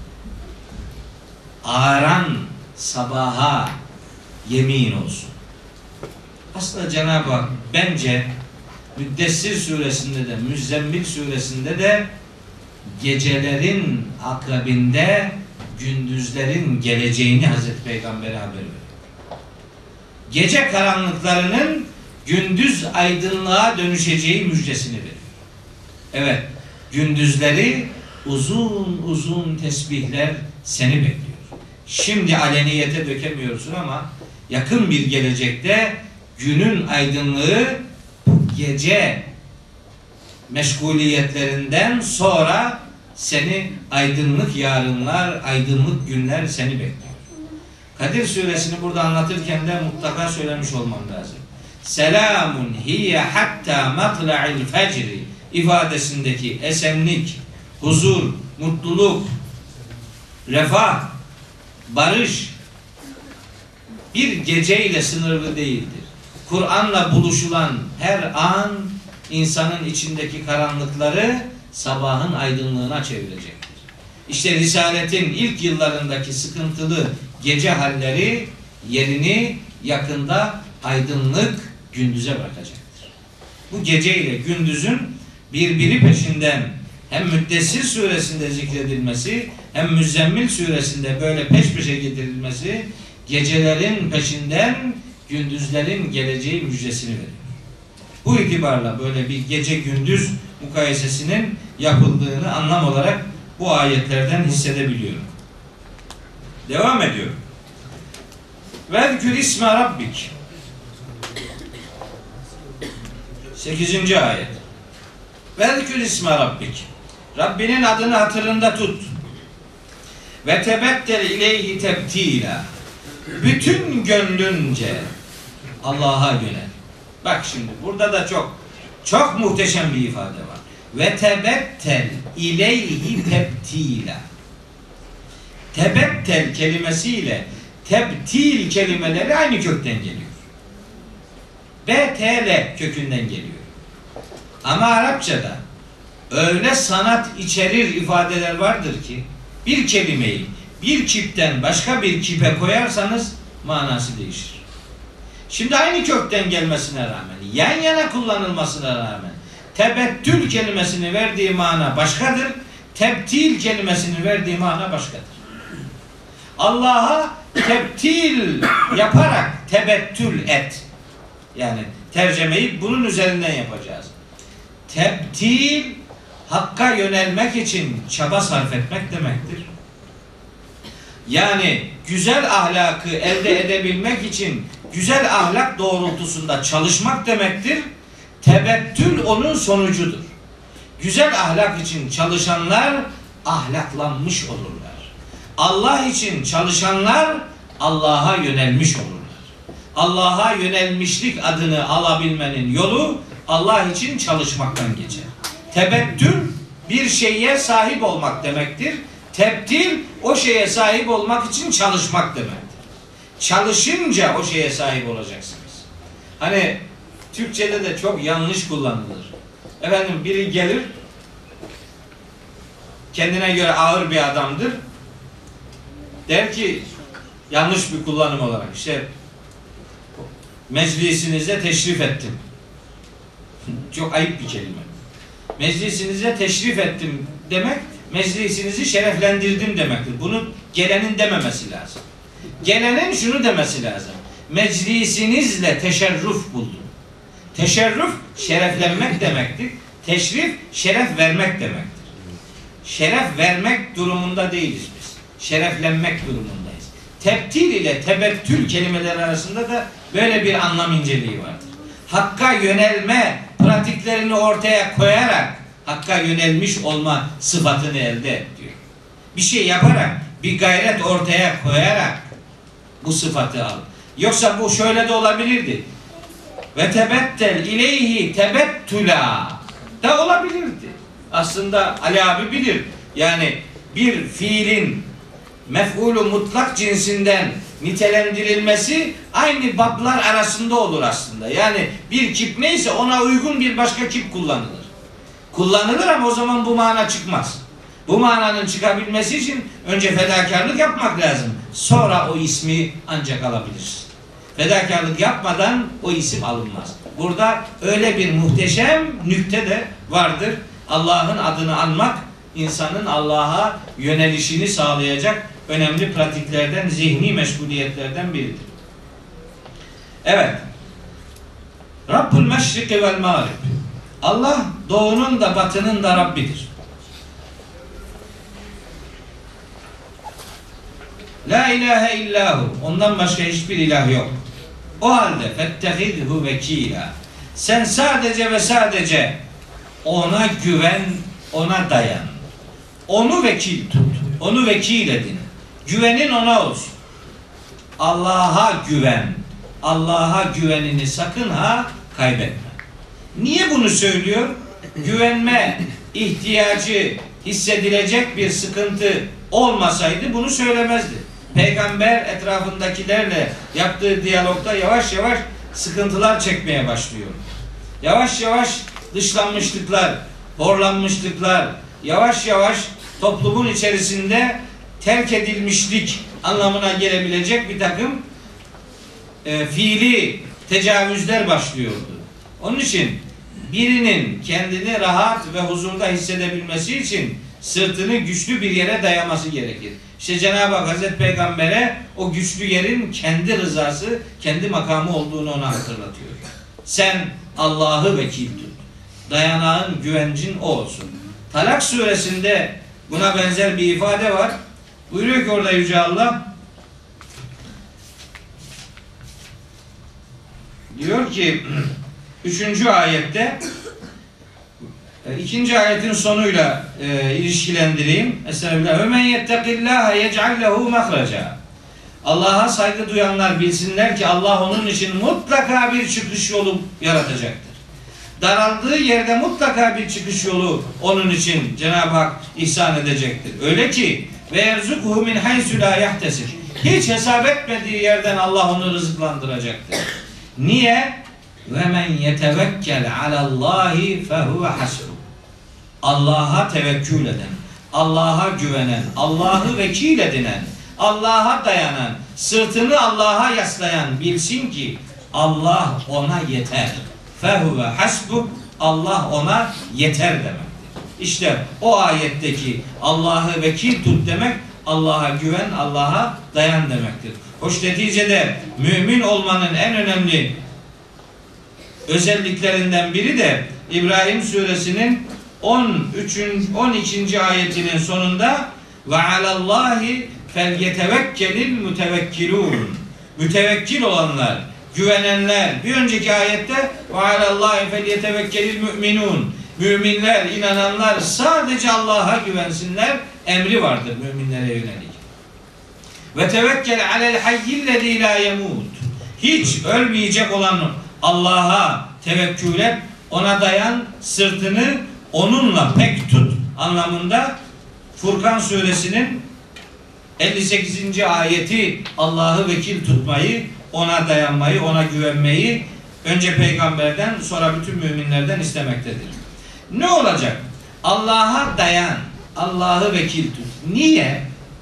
ağaran sabaha yemin olsun. Aslında Cenab-ı Hak bence Müddessir suresinde de Müzzemmil suresinde de gecelerin akabinde gündüzlerin geleceğini Hazreti Peygamber'e haber veriyor. Gece karanlıklarının gündüz aydınlığa dönüşeceği müjdesini veriyor. Evet, gündüzleri uzun uzun tesbihler seni bekliyor. Şimdi aleniyete dökemiyorsun ama yakın bir gelecekte günün aydınlığı gece meşguliyetlerinden sonra seni aydınlık yarınlar, aydınlık günler seni bekliyor. Kadir suresini burada anlatırken de mutlaka söylemiş olmam lazım. Selamun hiye hatta matla'il fecri ifadesindeki esenlik, huzur, mutluluk, refah, barış bir geceyle sınırlı değildir. Kur'an'la buluşulan her an insanın içindeki karanlıkları sabahın aydınlığına çevirecektir. İşte Risaletin ilk yıllarındaki sıkıntılı gece halleri yerini yakında aydınlık gündüze bırakacaktır. Bu gece ile gündüzün birbiri peşinden hem Müddessir suresinde zikredilmesi hem Müzzemmil suresinde böyle peş peşe getirilmesi gecelerin peşinden gündüzlerin geleceği müjdesini veriyor. Bu itibarla böyle bir gece gündüz mukayesesinin yapıldığını anlam olarak bu ayetlerden hissedebiliyorum. Devam ediyorum. Vezkür isme rabbik. 8. ayet. Vezkür isme rabbik. Rabbinin adını hatırında tut. Ve tebettel ileyhi tebtila. Bütün gönlünce Allah'a yönel. Bak şimdi burada da çok muhteşem bir ifade var. Ve tebettel ileyhi tebtila. Tebettel kelimesiyle tebtil kelimeleri aynı kökten geliyor. BTL kökünden geliyor. Ama Arapçada öyle sanat içerir ifadeler vardır ki bir kelimeyi bir kipten başka bir kipe koyarsanız manası değişir. Şimdi aynı kökten gelmesine rağmen, yan yana kullanılmasına rağmen tebettül kelimesini verdiği mana başkadır, tebtil kelimesini verdiği mana başkadır. Allah'a tebtil yaparak tebettül et. Yani tercemeyi bunun üzerinden yapacağız. Tebtil, Hakk'a yönelmek için çaba sarf etmek demektir. Yani güzel ahlakı elde edebilmek için güzel ahlak doğrultusunda çalışmak demektir. Tebettül onun sonucudur. Güzel ahlak için çalışanlar ahlaklanmış olurlar. Allah için çalışanlar Allah'a yönelmiş olurlar. Allah'a yönelmişlik adını alabilmenin yolu Allah için çalışmaktan geçer. Tebettül bir şeye sahip olmak demektir. Tebdil o şeye sahip olmak için çalışmak demektir. Çalışınca o şeye sahip olacaksınız. Hani Türkçe'de de çok yanlış kullanılır. Efendim biri gelir, kendine göre ağır bir adamdır. Der ki, yanlış bir kullanım olarak, işte meclisinize teşrif ettim. Çok ayıp bir kelime. Meclisinize teşrif ettim demek, meclisinizi şereflendirdim demektir. Bunu gelenin dememesi lazım. Gelenin şunu demesi lazım: meclisinizle teşerrüf buldum. Teşerrüf şereflenmek demektir. Teşrif şeref vermek demektir. Şeref vermek durumunda değiliz biz. Şereflenmek durumundayız. Tebtil ile tebettül kelimeleri arasında da böyle bir anlam inceliği vardır. Hakka yönelme pratiklerini ortaya koyarak Hakka yönelmiş olma sıfatını elde et diyor. Bir şey yaparak, bir gayret ortaya koyarak bu sıfatı al. Yoksa bu şöyle de olabilirdi. Ve tebettel ileyhi tebettüla da olabilirdi. Aslında Ali abi bilir. Yani bir fiilin mef'ulü mutlak cinsinden nitelendirilmesi aynı bablar arasında olur aslında. Yani bir kip neyse ona uygun bir başka kip kullanılır. Kullanılır ama o zaman bu mana çıkmaz. Bu mananın çıkabilmesi için önce fedakarlık yapmak lazım. Sonra o ismi ancak alabilirsin. Fedakarlık yapmadan o isim alınmaz. Burada öyle bir muhteşem nükte de vardır. Allah'ın adını anmak insanın Allah'a yönelişini sağlayacak önemli pratiklerden, zihni meşguliyetlerden biridir. Evet. Rabbul meşriki vel mağrib. Allah doğunun da batının da Rabbidir. La ilahe illahu. Ondan başka hiçbir ilah yok. O halde fettehidhu vekila. Sen sadece ve sadece ona güven, ona dayan. Onu vekil tut. Onu vekil edin. Güvenin ona olsun. Allah'a güven. Allah'a güvenini sakın ha kaybetme. Niye bunu söylüyor? Güvenme ihtiyacı hissedilecek bir sıkıntı olmasaydı bunu söylemezdi. Peygamber etrafındakilerle yaptığı diyalogda yavaş yavaş sıkıntılar çekmeye başlıyor. Yavaş yavaş dışlanmışlıklar, horlanmışlıklar, yavaş yavaş toplumun içerisinde terk edilmişlik anlamına gelebilecek bir takım fiili tecavüzler başlıyordu. Onun için birinin kendini rahat ve huzurda hissedebilmesi için sırtını güçlü bir yere dayaması gerekir. İşte Cenab-ı Hak Hazreti Peygamber'e o güçlü yerin kendi rızası, kendi makamı olduğunu ona hatırlatıyor. Sen Allah'ı vekil tut. Dayanağın, güvencin o olsun. Talak suresinde buna benzer bir ifade var. Buyuruyor ki orada Yüce Allah, diyor ki 3. ayette, 2. ayetin sonuyla ilişkilendireyim. Estağfirullah. Ve men yettekillâhe yec'al lehu mehreca. Allah'a saygı duyanlar bilsinler ki Allah onun için mutlaka bir çıkış yolu yaratacaktır. Daraldığı yerde mutlaka bir çıkış yolu onun için Cenab-ı Hak ihsan edecektir. Öyle ki ve yerzukhu min haysu la yahtesib. Hiç hesap etmediği yerden Allah onu rızıklandıracaktır. Niye? Ve men yetevekkel alallahi fehuve hasbuh. Allah'a tevekkül eden, Allah'a güvenen, Allah'ı vekil edinen, Allah'a dayanan, sırtını Allah'a yaslayan bilsin ki Allah ona yeter. Fehuve hasbuh. Allah ona yeter demektir. İşte o ayetteki Allah'ı vekil tut demek, Allah'a güven, Allah'a dayan demektir. Hoş neticede mümin olmanın en önemli özelliklerinden biri de İbrahim suresinin 12. ayetinin sonunda ve alallahi felyetevekkelil mütevekkilun. Mütevekkil olanlar, güvenenler. Bir önceki ayette ve alallahi felyetevekkelil müminun. müminler, inananlar sadece Allah'a güvensinler emri vardır müminlere yönelik. Ve tevekkel alel hayyillezî lâ yemût. Hiç ölmeyecek olan Allah'a tevekkül et, ona dayan, sırtını onunla pek tut anlamında Furkan suresinin 58. ayeti Allah'ı vekil tutmayı, ona dayanmayı, ona güvenmeyi önce peygamberden sonra bütün müminlerden istemektedir. Ne olacak? Allah'a dayan, Allah'ı vekil tut. Niye?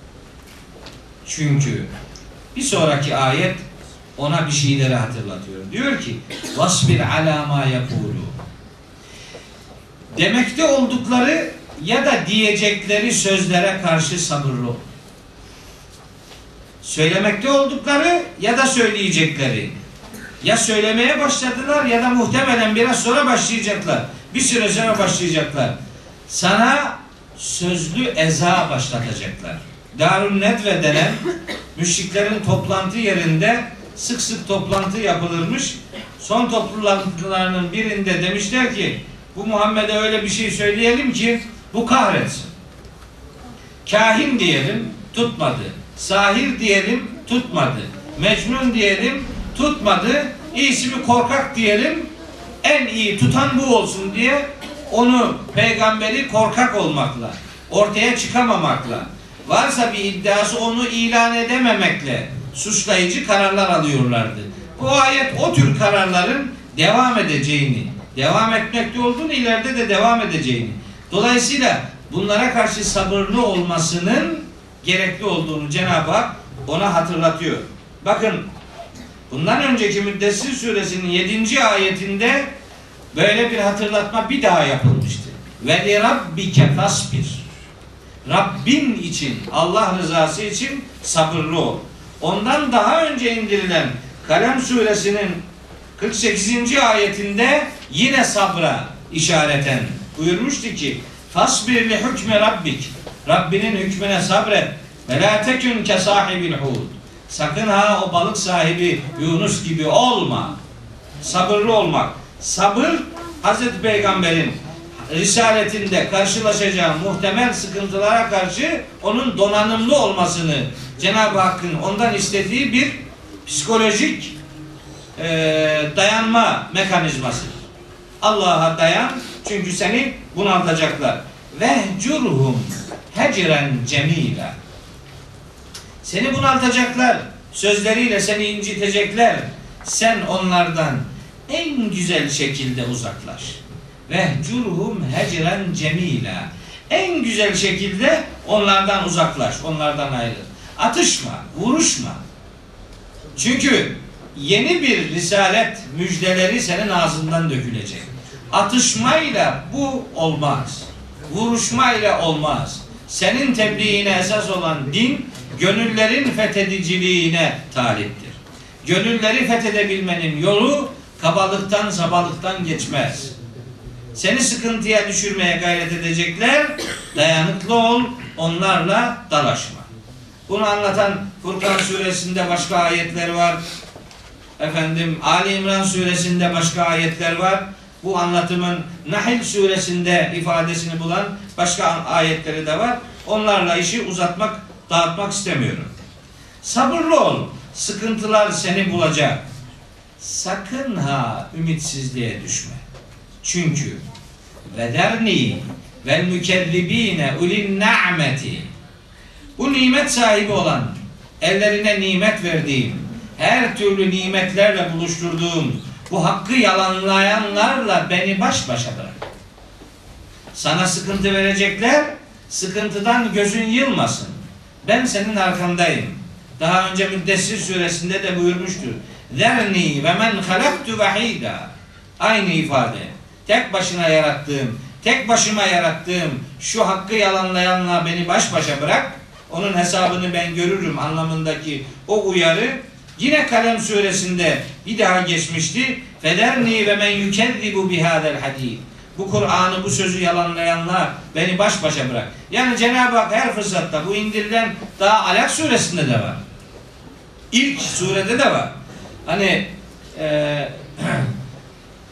Çünkü bir sonraki ayet ona bir şeyleri hatırlatıyor. Diyor ki vasbir ala ma yekulu. Demekte oldukları ya da diyecekleri sözlere karşı sabırlı ol. Söylemekte oldukları ya da söyleyecekleri. Ya söylemeye başladılar ya da muhtemelen biraz sonra başlayacaklar. Bir süre sonra başlayacaklar. Sana sözlü eza başlatacaklar. Darun Nedve denen müşriklerin toplantı yerinde sık sık toplantı yapılırmış. Son toplantılarının birinde demişler ki bu Muhammed'e öyle bir şey söyleyelim ki bu kahretsin. Kahin diyelim, tutmadı. Sahir diyelim, tutmadı. Mecnun diyelim, tutmadı. İyisi mi korkak diyelim, en iyi tutan bu olsun diye onu, peygamberi korkak olmakla, ortaya çıkamamakla, varsa bir iddiası onu ilan edememekle suçlayıcı kararlar alıyorlardı. Bu ayet o tür kararların devam edeceğini, devam etmekte olduğunu, ileride de devam edeceğini, dolayısıyla bunlara karşı sabırlı olmasının gerekli olduğunu Cenab-ı Hak ona hatırlatıyor. Bakın, bundan önceki Müddessir suresinin 7. ayetinde böyle bir hatırlatma bir daha yapılmıştı. Ve li rabbike fasbir. Rabbin için, Allah rızası için sabırlı ol. Ondan daha önce indirilen Kalem suresinin 48. ayetinde yine sabra işareten buyurmuştu ki fasbir li hükme rabbik. Rabbinin hükmüne sabret. Ve la tekün ke sahibil hud. Sakın ha o balık sahibi Yunus gibi olma. Sabırlı olmak. Sabır Hazreti Peygamber'in risaletinde karşılaşacağı muhtemel sıkıntılara karşı onun donanımlı olmasını Cenab-ı Hakk'ın ondan istediği bir psikolojik dayanma mekanizması. Allah'a dayan çünkü seni bunaltacaklar. Vehcurhum hecren cemila. Seni bunaltacaklar. Sözleriyle seni incitecekler. Sen onlardan en güzel şekilde uzaklaş. Vehcurhum hecren cemila. En güzel şekilde onlardan uzaklaş. Onlardan ayrıl. Atışma, vuruşma. Çünkü yeni bir risalet müjdeleri senin ağzından dökülecek. Atışmayla bu olmaz. Vuruşmayla olmaz. Senin tebliğine esas olan din, gönüllerin fethediciliğine taliptir. Gönülleri fethedebilmenin yolu kabalıktan, sabalıktan geçmez. Seni sıkıntıya düşürmeye gayret edecekler. Dayanıklı ol, onlarla dalaşma. Bunu anlatan Furkan suresinde başka ayetler var. Ali İmran suresinde başka ayetler var. Bu anlatımın Nahl suresinde ifadesini bulan başka ayetleri de var. Onlarla işi uzatmak, dağıtmak istemiyorum. Sabırlı ol. Sıkıntılar seni bulacak. Sakın ha ümitsizliğe düşme. Çünkü vederni vel mükerribine ulin na'meti. Bu nimet sahibi olan, ellerine nimet verdiğim, her türlü nimetlerle buluşturduğum bu hakkı yalanlayanlarla beni baş başa bırak. Sana sıkıntı verecekler, sıkıntıdan gözün yılmasın. Ben senin arkandayım. Daha önce Müddessir suresinde de buyurmuştur. Zerni ve men halaktu vahida. Aynı ifade. Tek başına yarattığım, tek başıma yarattığım şu hakkı yalanlayanla beni baş başa bırak. Onun hesabını ben görürüm anlamındaki o uyarı yine Kalem suresinde bir daha geçmişti. Federni ve men yukezzibu bihadel hadid. Bu Kur'an'ı, bu sözü yalanlayanlar beni baş başa bırak. Yani Cenab-ı Hak her fırsatta, bu indirilen daha Alak suresinde de var. İlk surede de var. Hani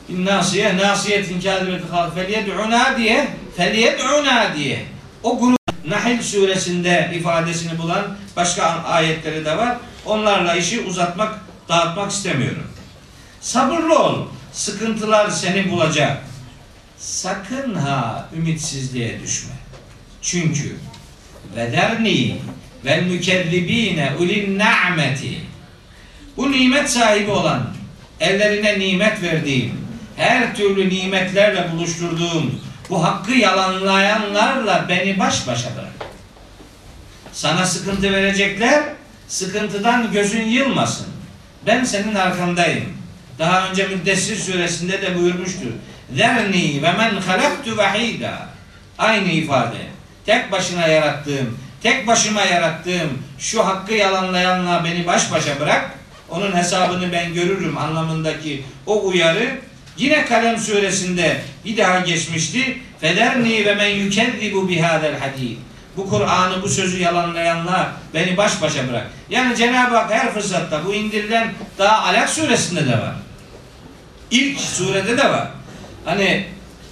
nasiye, nasiyetin kâzibeti halk felyed'una diye o grup Nahl suresinde ifadesini bulan başka ayetleri de var. Onlarla işi uzatmak, dağıtmak istemiyorum. Sabırlı ol. Sıkıntılar seni bulacak. Sakın ha ümitsizliğe düşme. Çünkü vederni vel mükerribine ulin na'meti, bu nimet sahibi olan, ellerine nimet verdiğim, her türlü nimetlerle buluşturduğum bu hakkı yalanlayanlarla beni baş başa bırak. Sana sıkıntı verecekler, sıkıntıdan gözün yılmasın. Ben senin arkandayım. Daha önce Müddessir suresinde de buyurmuştur. Zerni ve men halaktu vahida. Aynı ifade. Tek başına yarattığım, tek başıma yarattığım şu hakkı yalanlayanla beni baş başa bırak. Onun hesabını ben görürüm anlamındaki o uyarı yine Kalem suresinde bir daha geçmişti. Federni ve men yukezzibu bihadel hadid. Bu Kur'an'ı, bu sözü yalanlayanla beni baş başa bırak. Yani Cenab-ı Hak her fırsatta, bu indirilen daha Alak suresinde de var. İlk surede de var. Hani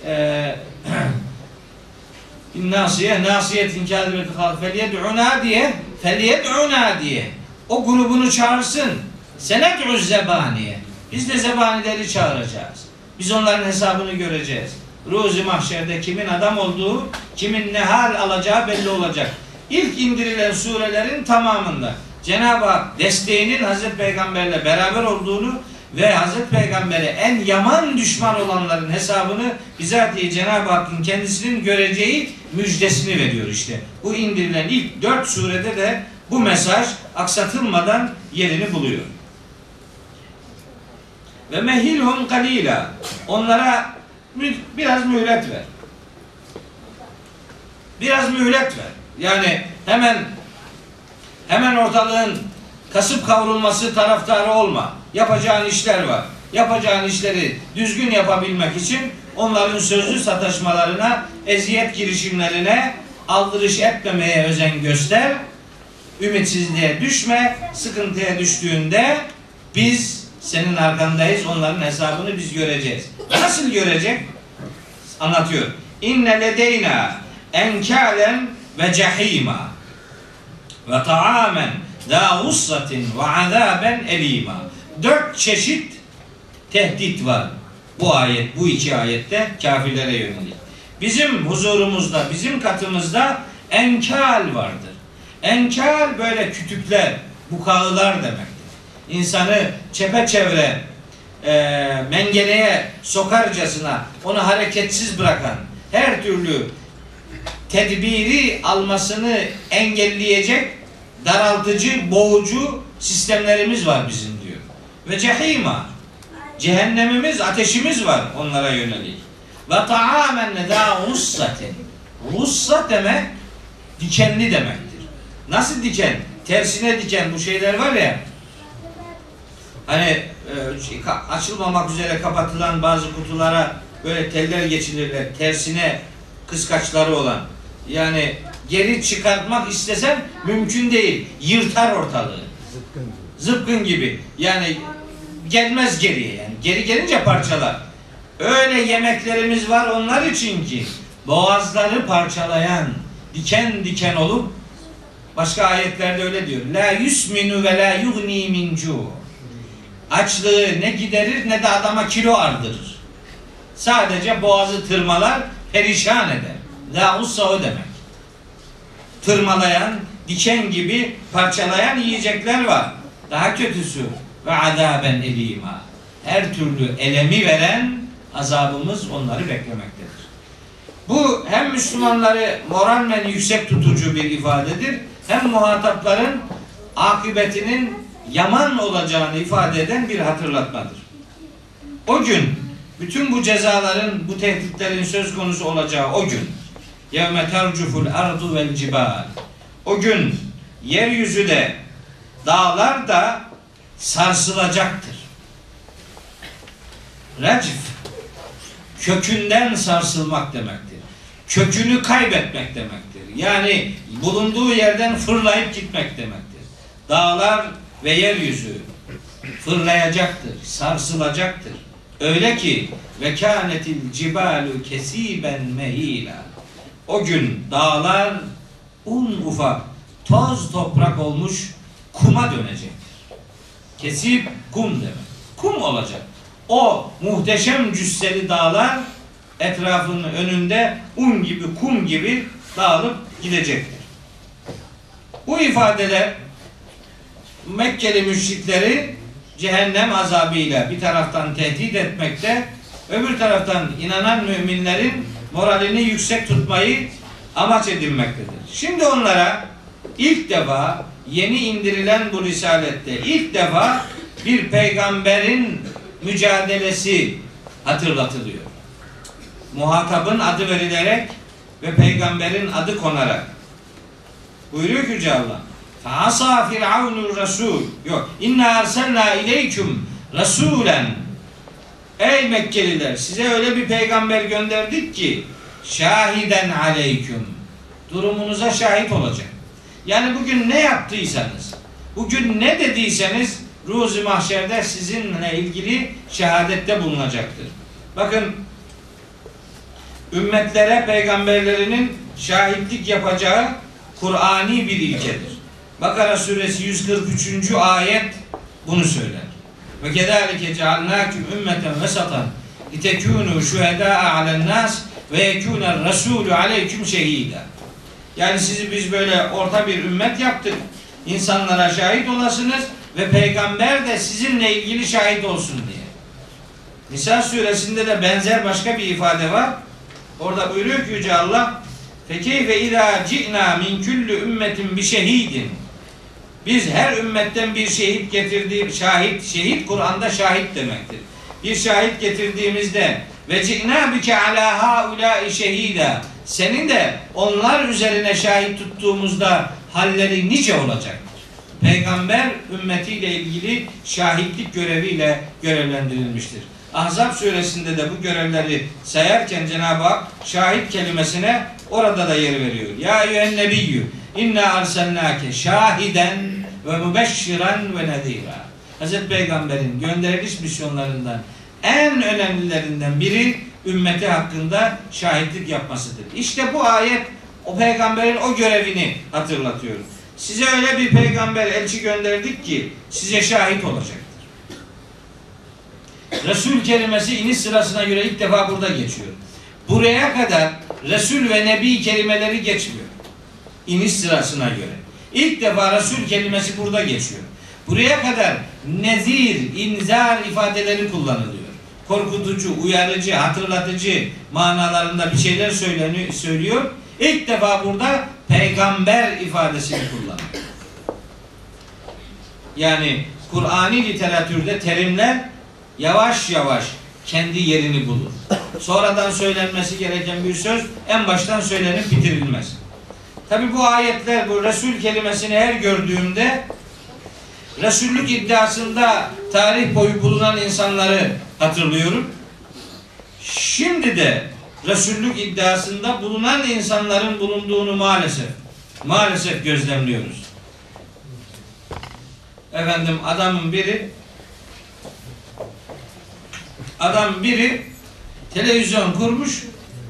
nasiyetin kâzibeti halk felyed'una diye o grubunu çağırsın. Sened'u zebaniye. Biz de zebanileri çağıracağız. Biz onların hesabını göreceğiz. Ruzi mahşerde kimin adam olduğu, kimin ne hal alacağı belli olacak. İlk indirilen surelerin tamamında Cenab-ı Hak desteğinin Hazreti Peygamberle beraber olduğunu ve Hazreti Peygamber'e en yaman düşman olanların hesabını bizatihi Cenab-ı Hakk'ın kendisinin göreceği müjdesini veriyor işte. Bu indirilen ilk 4 surede de bu mesaj aksatılmadan yerini buluyor. Ve mehilhum kalila. Onlara biraz mühlet ver. Biraz mühlet ver. Yani hemen ortalığın kasıp kavrulması taraftarı olma. Yapacağın işler var. Yapacağın işleri düzgün yapabilmek için onların sözlü sataşmalarına, eziyet girişimlerine aldırış etmemeye özen göster. Ümitsizliğe düşme. Sıkıntıya düştüğünde biz senin arkandayız. Onların hesabını biz göreceğiz. Nasıl görecek? Anlatıyor. İnne ledeyna enkâlen ve cehîmâ ve ta'âmen dâ gussatin ve azâben elîmâ. 4 çeşit tehdit var bu iki ayette kafirlere yönelik. Bizim huzurumuzda, bizim katımızda enkal vardır. Enkal böyle kütükler, bukağılar demektir. İnsanı çepeçevre mengeneye sokarcasına onu hareketsiz bırakan, her türlü tedbiri almasını engelleyecek daraltıcı, boğucu sistemlerimiz var bizim diyor. Ve cehima, cehennemimiz, ateşimiz var onlara yönelik. Ve ta'amen da ussatin. Ussat demek dikenli demektir. Nasıl diken? Tersine diken bu şeyler var ya. Hani açılmamak üzere kapatılan bazı kutulara böyle teller geçirirler. Tersine kıskaçları olan. Yani geri çıkartmak istesen mümkün değil. Yırtar ortalığı. Zıpkın gibi. Yani gelmez geriye yani. Geri gelince parçalar. Öyle yemeklerimiz var onlar için ki boğazları parçalayan, diken diken olup başka ayetlerde öyle diyor. La yusminu ve la yugni min cu'. Açlığı ne giderir ne de adama kilo ardırır. Sadece boğazı tırmalar, perişan eder. La ussa o demek. Tırmalayan, diken gibi parçalayan yiyecekler var. Daha kötüsü ve azaben elima. Her türlü elemi veren azabımız onları beklemektedir. Bu hem Müslümanları moralmen yüksek tutucu bir ifadedir, hem muhatapların akıbetinin yaman olacağını ifade eden bir hatırlatmadır. O gün bütün bu cezaların, bu tehditlerin söz konusu olacağı o gün yevme tercuful ardu vel cibal. O gün yeryüzü de dağlar da sarsılacaktır. Recf kökünden sarsılmak demektir. Kökünü kaybetmek demektir. Yani bulunduğu yerden fırlayıp gitmek demektir. Dağlar ve yeryüzü fırlayacaktır, sarsılacaktır. Öyle ki ve kânetil cibalu kesiben mehîlâ. O gün dağlar un ufak, toz toprak olmuş kuma dönecektir. Kesip kum demek. Kum olacak. O muhteşem cüsseli dağlar etrafının önünde un gibi, kum gibi dağılıp gidecektir. Bu ifadeler Mekkeli müşrikleri cehennem azabıyla bir taraftan tehdit etmekte, öbür taraftan inanan müminlerin moralini yüksek tutmayı amaç edinmektedir. Şimdi onlara ilk defa yeni indirilen bu risalette ilk defa bir peygamberin mücadelesi hatırlatılıyor. Muhatabın adı verilerek ve peygamberin adı konarak. Buyuruyor ki Yüce Allah. Fa'asa firavunur rasul. Yok. İnna arsalna ileyküm rasulen. Ey Mekkeliler, size öyle bir peygamber gönderdik ki şahiden aleyküm. Durumunuza şahit olacak. Yani bugün ne yaptıysanız, bugün ne dediyseniz ruzi mahşerde sizinle ilgili şehadette bulunacaktır. Bakın, ümmetlere peygamberlerinin şahitlik yapacağı Kur'ani bir ilkedir. Bakara suresi 143. ayet bunu söyler. Ve kezalike cealnâküm ümmeten vesatan litekûnû şuhedâ'a alennâs ve yekûner rasûlü aleyküm şehîdâ. Yani sizi biz böyle orta bir ümmet yaptık. İnsanlara şahit olasınız ve peygamber de sizinle ilgili şahit olsun diye. Nisa suresinde de benzer başka bir ifade var. Orada buyuruyor ki Yüce Allah, fekeyfe izâ ci'nâ min küllü ümmetin bi şehîdin. Biz her ümmetten bir şehit getirdiğim şehit Kur'an'da şahit demektir. Bir şahit getirdiğimizde ve ci'nâ bike alâ haulâi şehîdâ. Senin de onlar üzerine şahit tuttuğumuzda halleri nice olacaktır. Peygamber ümmetiyle ilgili şahitlik göreviyle görevlendirilmiştir. Ahzab suresinde de bu görevleri sayarken Cenab-ı Hak şahit kelimesine orada da yer veriyor. Ya eyyühen nebiyyü inna arsalnâke şahiden ve mübeşşiren ve nedîrâ. Hazreti Peygamber'in gönderiliş misyonlarından en önemlilerinden biri ümmeti hakkında şahitlik yapmasıdır. İşte bu ayet o peygamberin o görevini hatırlatıyor. Size öyle bir peygamber elçi gönderdik ki size şahit olacaktır. Resul kelimesi iniş sırasına göre ilk defa burada geçiyor. Buraya kadar Resul ve Nebi kelimeleri geçmiyor. İniş sırasına göre. İlk defa Resul kelimesi burada geçiyor. Buraya kadar nezir, inzar ifadeleri kullanılıyor. Korkutucu, uyarıcı, hatırlatıcı manalarında bir şeyler söylüyor. İlk defa burada peygamber ifadesini kullanıyor. Yani Kur'ani literatürde terimler yavaş yavaş kendi yerini bulur. Sonradan söylenmesi gereken bir söz en baştan söylenip bitirilmez. Tabi bu ayetler, bu Resul kelimesini her gördüğümde Resullük iddiasında tarih boyu bulunan insanları hatırlıyorum. Şimdi de Resullük iddiasında bulunan insanların bulunduğunu maalesef gözlemliyoruz. Efendim adam biri televizyon kurmuş,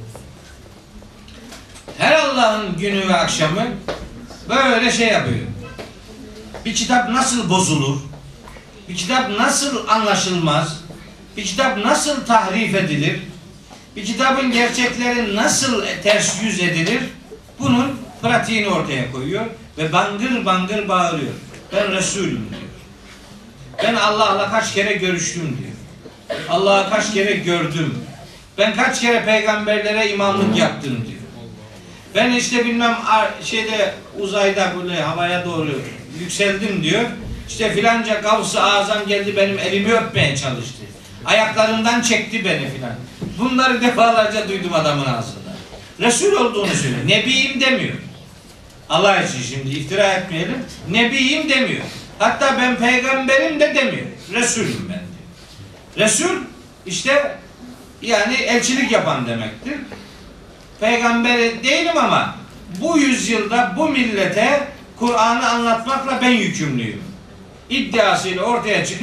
her Allah'ın günü ve akşamı böyle şey yapıyor. Bir kitap nasıl bozulur? Bir kitap nasıl anlaşılmaz? Bir kitap nasıl tahrif edilir? Bir kitabın gerçekleri nasıl ters yüz edilir? Bunun pratiğini ortaya koyuyor ve bangır bangır bağırıyor. Ben Resulüm diyor. Ben Allah'la kaç kere görüştüm diyor. Allah'ı kaç kere gördüm. Ben kaç kere peygamberlere imamlık yaptım diyor. Ben işte bilmem uzayda böyle havaya doğru yükseldim diyor. İşte filanca Gavs-ı Azam geldi benim elimi öpmeye çalıştı. Ayaklarımdan çekti beni filan. Bunları defalarca duydum adamın ağzından. Resul olduğunu söylüyor. Nebiyim demiyor. Allah için şimdi iftira etmeyelim. Nebiyim demiyor. Hatta ben peygamberim de demiyor. Resulüm ben diyor. Resul işte yani elçilik yapan demektir. Peygamber değilim ama bu yüzyılda bu millete Kur'an'ı anlatmakla ben yükümlüyüm. İddiasıyla ortaya çıkıp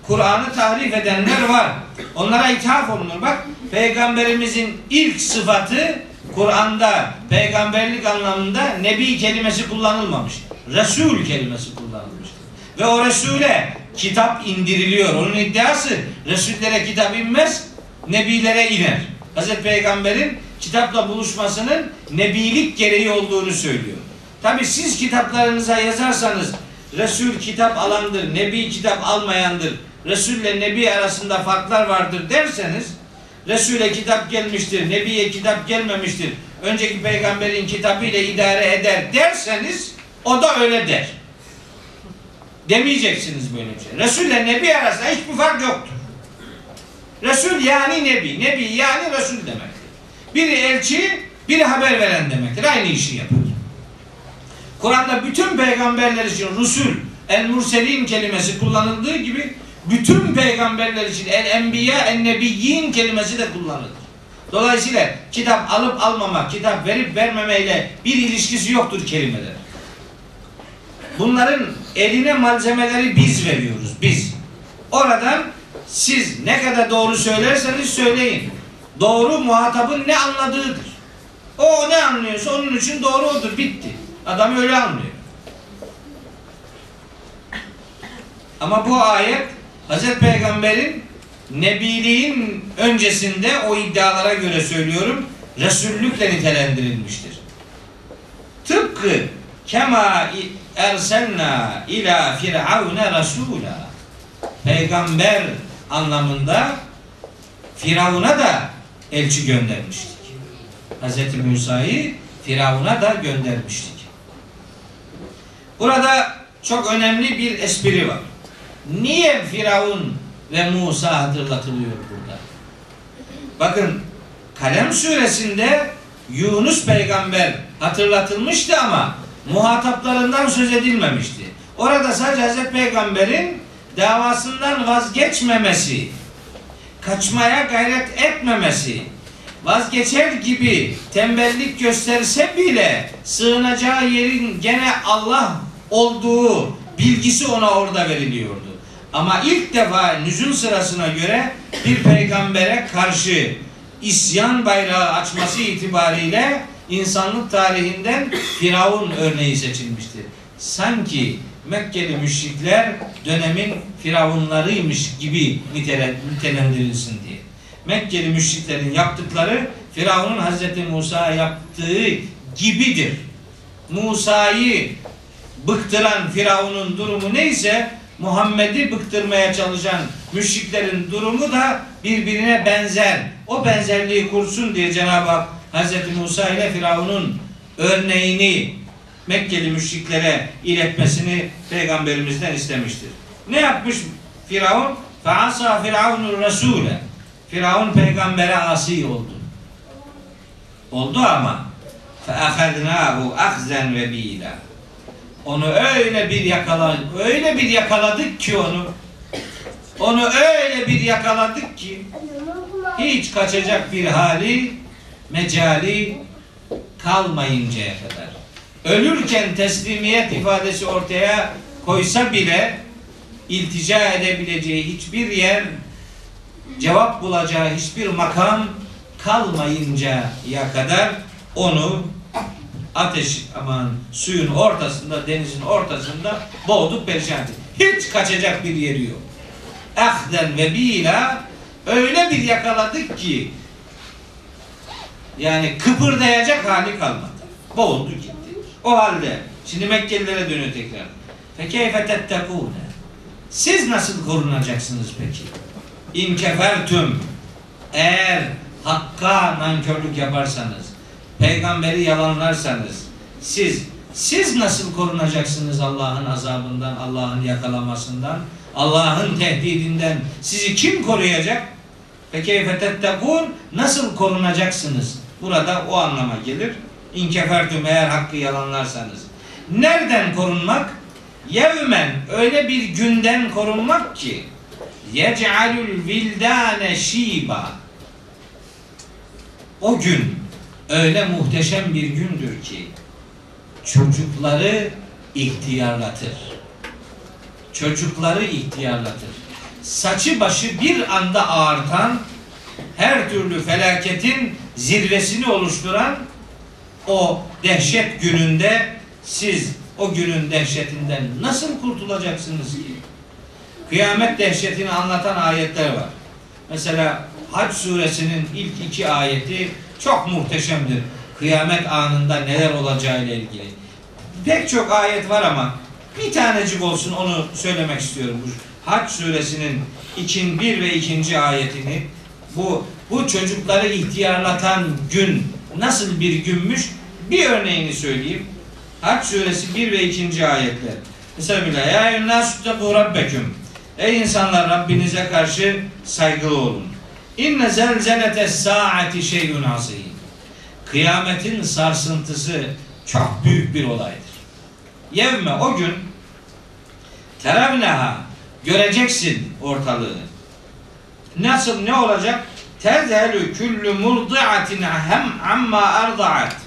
Kur'an'ı tahrif edenler var. Onlara ithaf olunur. Bak, Peygamberimizin ilk sıfatı Kur'an'da peygamberlik anlamında nebi kelimesi kullanılmamış. Resul kelimesi kullanılmış. Ve o Resul'e kitap indiriliyor. Onun iddiası Resullere kitap inmez, nebilere iner. Hazreti Peygamber'in kitapla buluşmasının nebilik gereği olduğunu söylüyor. Tabi siz kitaplarınıza yazarsanız Resul kitap alandır, Nebi kitap almayandır, Resul ile Nebi arasında farklar vardır derseniz, Resul'e kitap gelmiştir, Nebi'ye kitap gelmemiştir, önceki peygamberin kitabı ile idare eder derseniz, o da öyle der. Demeyeceksiniz böyle bir şey. Resul ile Nebi arasında hiçbir fark yoktur. Resul yani Nebi, Nebi yani Resul demektir. Biri elçi, biri haber veren demektir. Aynı işi yapar. Kur'an'da bütün peygamberler için Rusul, el-Murselin kelimesi kullanıldığı gibi bütün peygamberler için el-Enbiya, el-Nebiyyin kelimesi de kullanılır. Dolayısıyla kitap alıp almamak, kitap verip vermemeyle bir ilişkisi yoktur kelimeler. Bunların eline malzemeleri biz veriyoruz, biz. Oradan siz ne kadar doğru söylerseniz söyleyin. Doğru muhatabın ne anladığıdır. O ne anlıyorsa onun için doğru odur, bitti. Adam öyle anlıyor. Ama bu ayet Hazreti Peygamber'in nebiliğin öncesinde o iddialara göre söylüyorum Resullükle nitelendirilmiştir. Tıpkı kema erselna ila firavune rasula, peygamber anlamında Firavun'a da elçi göndermiştik. Hazreti Musa'yı Firavun'a da göndermiştik. Burada çok önemli bir espri var. Niye Firavun ve Musa hatırlatılıyor burada? Bakın, Kalem suresinde Yunus peygamber hatırlatılmıştı ama muhataplarından söz edilmemişti. Orada sadece Hazreti Peygamber'in davasından vazgeçmemesi, kaçmaya gayret etmemesi, vazgeçer gibi tembellik gösterse bile sığınacağı yerin gene Allah olduğu bilgisi ona orada veriliyordu. Ama ilk defa nüzul sırasına göre bir peygambere karşı isyan bayrağı açması itibariyle insanlık tarihinden Firavun örneği seçilmiştir. Sanki Mekkeli müşrikler dönemin firavunlarıymış gibi nitelendirilsin diye. Mekkeli müşriklerin yaptıkları Firavun'un Hazreti Musa'ya yaptığı gibidir. Musa'yı bıktıran Firavun'un durumu neyse Muhammed'i bıktırmaya çalışan müşriklerin durumu da birbirine benzer. O benzerliği kursun diye Cenab-ı Hak Hazreti Musa ile Firavun'un örneğini Mekkeli müşriklere iletmesini peygamberimizden istemiştir. Ne yapmış Firavun? Fe'asa Firavunur Rasule. Firavun peygambere asi oldu. Oldu ama fe'ahadnâhu ahzen ve bîlâ. Onu öyle bir yakaladık ki onu öyle bir yakaladık ki hiç kaçacak bir hali, mecali kalmayıncaya kadar. Ölürken teslimiyet ifadesi ortaya koysa bile iltica edebileceği hiçbir yer, cevap bulacağı hiçbir makam kalmayıncaya kadar onu suyun ortasında, denizin ortasında boğduk perişan ettik. Hiç kaçacak bir yeri yok. Ahden ve bila, öyle bir yakaladık ki yani kıpırdayacak hali kalmadı. Boğuldu gitti. O halde şimdi Mekkelilere dönüyor tekrar. Fekeyfe tettekûne. Siz nasıl korunacaksınız peki? İn kefertüm, eğer hakka nankörlük yaparsanız, peygamberi yalanlarsanız, siz nasıl korunacaksınız Allah'ın azabından, Allah'ın yakalamasından, Allah'ın tehdidinden? Sizi kim koruyacak? Fekeyfe tettekûn, nasıl korunacaksınız? Burada o anlama gelir. İn kefertüm, eğer hakkı yalanlarsanız. Nereden korunmak? Yevmen, öyle bir günden korunmak ki yec'alul vildâne şîbâ. O gün öyle muhteşem bir gündür ki çocukları ihtiyarlatır. Çocukları ihtiyarlatır. saçı başı bir anda ağartan, her türlü felaketin zirvesini oluşturan o dehşet gününde siz o günün dehşetinden nasıl kurtulacaksınız ki? Kıyamet dehşetini anlatan ayetler var. Mesela Hac suresinin ilk 2 ayeti çok muhteşemdir. Kıyamet anında neler olacağıyla ilgili. Pek çok ayet var ama bir tanecik olsun onu söylemek istiyorum. Hac suresinin 1 ve 2. ayetini, bu çocukları ihtiyarlatan gün nasıl bir günmüş, bir örneğini söyleyeyim. Hac suresi 1 ve 2. ayetler. Mesela ya eyyünnâsüttekû rabbeküm. Ey insanlar, Rabbinize karşı saygılı olun. İnne zelzeletes saati şey'un azîm. Kıyametin sarsıntısı çok büyük bir olaydır. Yevme, o gün, teravneha, göreceksin ortalığı. Nasıl, ne olacak? Tezhelü küllü murdiatin hem amma ardaat.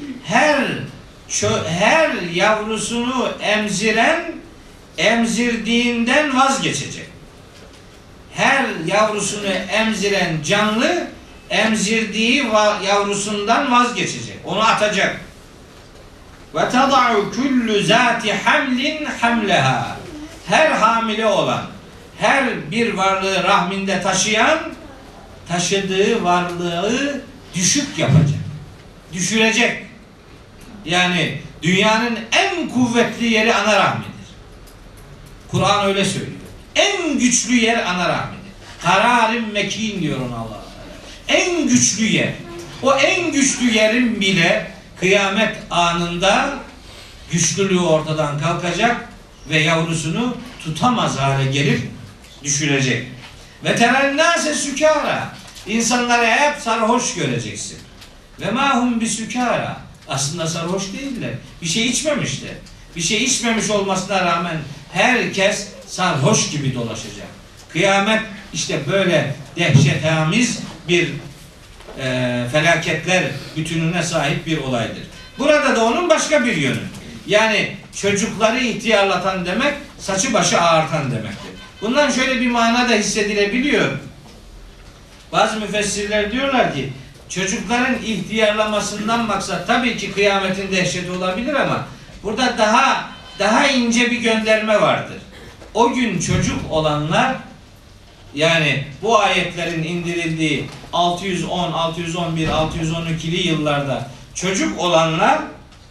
Her yavrusunu emziren emzirdiğinden vazgeçecek. Her yavrusunu emziren canlı emzirdiği yavrusundan vazgeçecek. Onu atacak. Ve tada'u kullu zati hamlin hamleha. Her hamile olan, her bir varlığı rahminde taşıyan, taşıdığı varlığı düşük yapacak. Düşürecek. Yani dünyanın en kuvvetli yeri ana rahmidir. Kur'an öyle söylüyor. En güçlü yer ana rahmidir. Kararın mekin diyor ona Allah. En güçlü yer. O en güçlü yerin bile kıyamet anında güçlülüğü ortadan kalkacak ve yavrusunu tutamaz hale gelip düşürecek. Ve terennâse sükâra. İnsanları hep sarhoş göreceksin. Ve mahum bi sükâra. Aslında sarhoş değiller. Bir şey içmemişler. Bir şey içmemiş olmasına rağmen herkes sarhoş gibi dolaşacak. Kıyamet işte böyle dehşetamiz bir felaketler bütününe sahip bir olaydır. Burada da onun başka bir yönü. Yani çocukları ihtiyarlatan demek, saçı başı ağartan demektir. Bundan şöyle bir mana da hissedilebiliyor. Bazı müfessirler diyorlar ki çocukların ihtiyarlamasından maksat tabii ki kıyametin dehşeti olabilir ama burada daha ince bir gönderme vardır. O gün çocuk olanlar, yani bu ayetlerin indirildiği 610, 611, 612'li yıllarda çocuk olanlar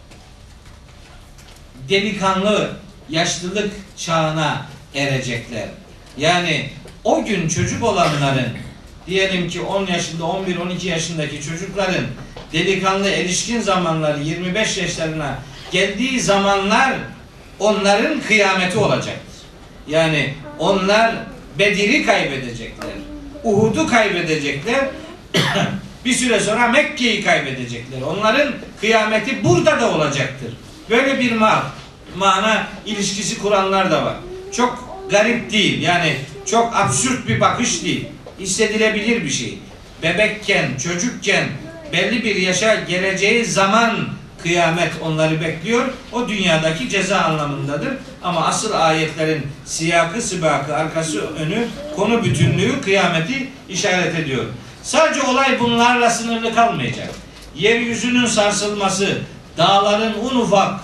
delikanlı, yaşlılık çağına erecekler. Yani o gün çocuk olanların, diyelim ki 10 yaşında, 11, 12 yaşındaki çocukların delikanlı erişkin zamanları 25 yaşlarına geldiği zamanlar onların kıyameti olacaktır. Yani onlar Bedir'i kaybedecekler. Uhud'u kaybedecekler. Bir süre sonra Mekke'yi kaybedecekler. Onların kıyameti burada da olacaktır. Böyle bir mana ilişkisi kuranlar da var. Çok garip değil. Yani çok absürt bir bakış değil. Hissedilebilir bir şey. Bebekken, çocukken belli bir yaşa geleceği zaman kıyamet onları bekliyor. O dünyadaki ceza anlamındadır. Ama asıl ayetlerin siyakı, sibakı, arkası, önü, konu bütünlüğü kıyameti işaret ediyor. Sadece olay bunlarla sınırlı kalmayacak. Yeryüzünün sarsılması, dağların un ufak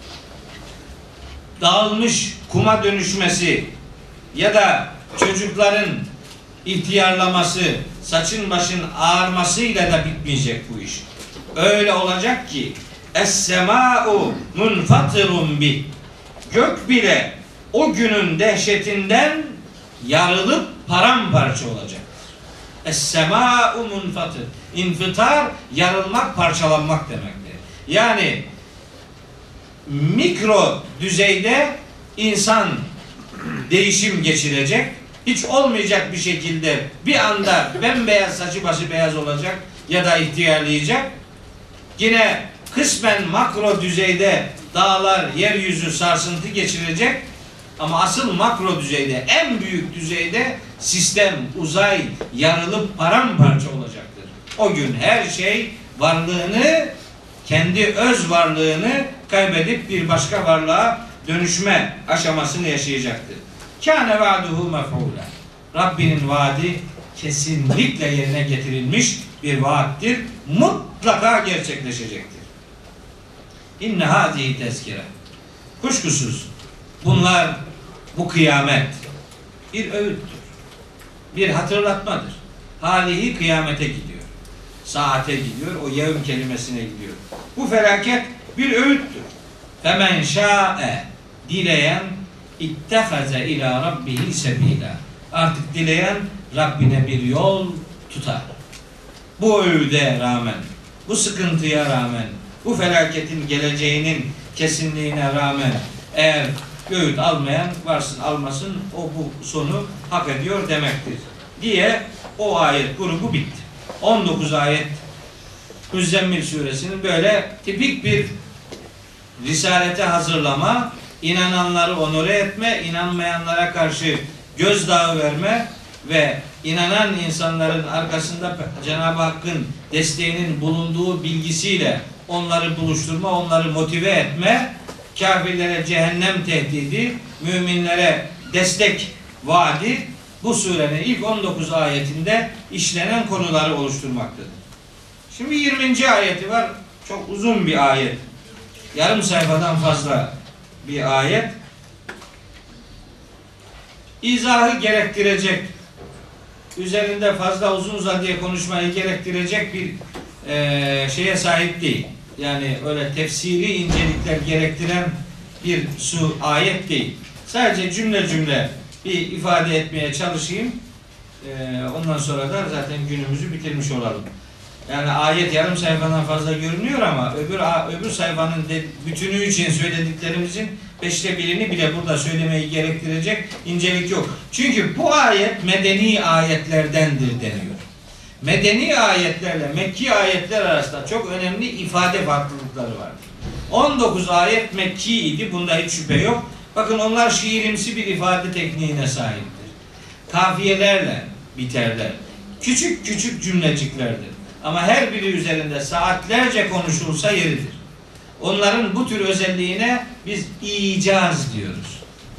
dağılmış kuma dönüşmesi ya da çocukların ihtiyarlaması, saçın başın ağarmasıyla da bitmeyecek bu iş. Öyle olacak ki es-semâ'u munfatirun bi. Gök bile o günün dehşetinden yarılıp paramparça olacaktır. Es-semâ'u munfatir. İnfitar, yarılmak, parçalanmak demektir. Yani mikro düzeyde insan değişim geçirecek. Hiç olmayacak bir şekilde bir anda bembeyaz, saçı başı beyaz olacak ya da ihtiyarlayacak. Yine kısmen makro düzeyde dağlar, yeryüzü sarsıntı geçirecek. Ama asıl makro düzeyde, en büyük düzeyde sistem, uzay yarılıp paramparça olacaktır. O gün her şey varlığını, kendi öz varlığını kaybedip bir başka varlığa dönüşme aşamasını yaşayacaktır. Kâne va'duhu mef'ûlâ. Rabbinin vaadi kesinlikle yerine getirilmiş bir vaattir. Mutlaka gerçekleşecektir. İnne hâzihi tezkire. Kuşkusuz bunlar, bu kıyamet bir öğüttür. Bir hatırlatmadır. Halihi kıyamete gidiyor. Saate gidiyor. O yevm kelimesine gidiyor. Bu felaket bir öğüttür. Femen şa'e, dileyen ittehaze ila rabbihi sebila. Artık dileyen Rabbine bir yol tutar. Bu öğüde rağmen, bu sıkıntıya rağmen, bu felaketin geleceğinin kesinliğine rağmen eğer öğüt almayan varsın almasın, o bu sonu hak ediyor demektir diye o ayet grubu bitti. 19 ayet Müzzemmil suresinin böyle tipik bir risalete hazırlama, inananları onore etme, inanmayanlara karşı gözdağı verme ve inanan insanların arkasında Cenab-ı Hakk'ın desteğinin bulunduğu bilgisiyle onları buluşturma, onları motive etme, kafirlere cehennem tehdidi, müminlere destek vaadi bu surenin ilk 19 ayetinde işlenen konuları oluşturmaktadır. Şimdi 20. ayeti var. Çok uzun bir ayet. Yarım sayfadan fazla bir ayet. İzahı gerektirecek, üzerinde fazla uzun uzadıya konuşmayı gerektirecek bir şeye sahip değil. Yani öyle tefsiri incelikler gerektiren bir ayet değil. Sadece cümle cümle bir ifade etmeye çalışayım. Ondan sonra da zaten günümüzü bitirmiş olalım. Yani ayet yarım sayfadan fazla görünüyor ama öbür sayfanın bütünü için söylediklerimizin 1/5'ini bile burada söylemeyi gerektirecek incelik yok. Çünkü bu ayet medeni ayetlerdendir deniyor. Medeni ayetlerle Mekki ayetler arasında çok önemli ifade farklılıkları vardır. 19 ayet Mekki idi. Bunda hiç şüphe yok. Bakın onlar şiirimsi bir ifade tekniğine sahiptir. Kafiyelerle biterler. Küçük küçük cümleciklerdir. Ama her biri üzerinde saatlerce konuşulsa yeridir. Onların bu tür özelliğine biz icaz diyoruz.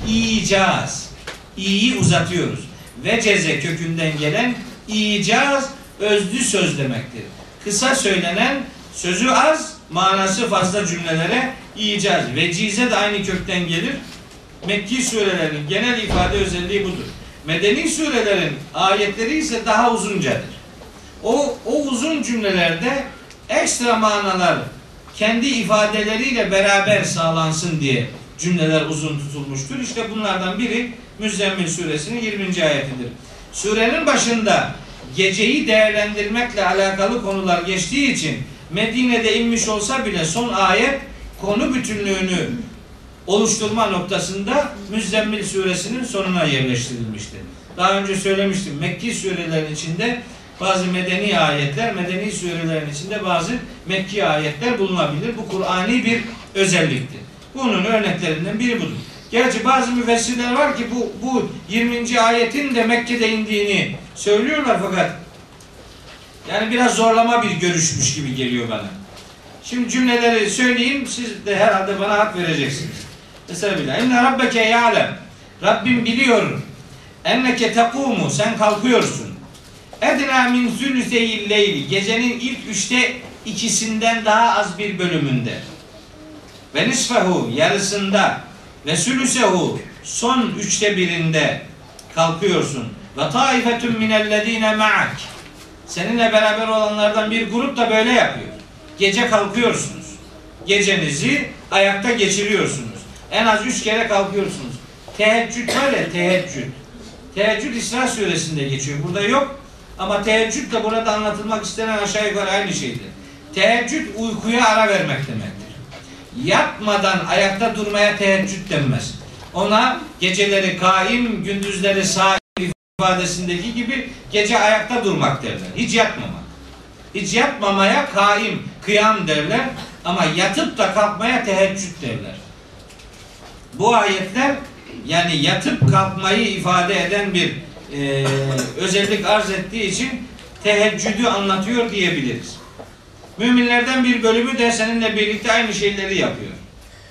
İcaz. İ'yi uzatıyoruz. Veceze kökünden gelen icaz özlü söz demektir. Kısa söylenen, sözü az, manası fazla cümlelere icaz. Vecize de aynı kökten gelir. Mekki surelerin genel ifade özelliği budur. Medeni surelerin ayetleri ise daha uzuncadır. O uzun cümlelerde ekstra manalar kendi ifadeleriyle beraber sağlansın diye cümleler uzun tutulmuştur. İşte bunlardan biri Müzzemmil suresinin 20. ayetidir. Surenin başında geceyi değerlendirmekle alakalı konular geçtiği için Medine'de inmiş olsa bile son ayet konu bütünlüğünü oluşturma noktasında Müzzemmil suresinin sonuna yerleştirilmiştir. Daha önce söylemiştim. Mekki surelerin içinde bazı medeni ayetler, medeni surelerin içinde bazı Mekki ayetler bulunabilir. Bu Kur'ani bir özelliktir. Bunun örneklerinden biri budur. Gerçi bazı müfessirler var ki bu 20. ayetin de Mekke'de indiğini söylüyorlar fakat yani biraz zorlama bir görüşmüş gibi geliyor bana. Şimdi cümleleri söyleyeyim, siz de herhalde bana hak vereceksiniz. Mesela bile. İnne rabbeke ya'lem. Rabbim biliyor. Enneke tekumu. Sen kalkıyorsun. Edna min zülüseyil leyli. Gecenin ilk 2'sinden daha az bir bölümünde. Ve nisfehu. Yarısında. Ve sülüsehu. Son 1/3'inde kalkıyorsun. Ve taifetun minellezine ma'ak. Seninle beraber olanlardan bir grup da böyle yapıyor. Gece kalkıyorsunuz. Gecenizi ayakta geçiriyorsunuz. En az 3 kere kalkıyorsunuz. Teheccüd var ya, teheccüd. Teheccüd İsra suresinde geçiyor. Burada yok. Ama teheccüd de burada anlatılmak istenen aşağı yukarı aynı şeydir. Teheccüd uykuya ara vermek demektir. Yatmadan ayakta durmaya teheccüd denmez. Ona geceleri kaim, gündüzleri saim ifadesindeki gibi gece ayakta durmak derler. Hiç yatmamak. Hiç yatmamaya kaim, kıyam derler. Ama yatıp da kalkmaya teheccüd derler. Bu ayetler yani yatıp kalkmayı ifade eden bir özellik arz ettiği için teheccüdü anlatıyor diyebiliriz. Müminlerden bir bölümü de seninle birlikte aynı şeyleri yapıyor.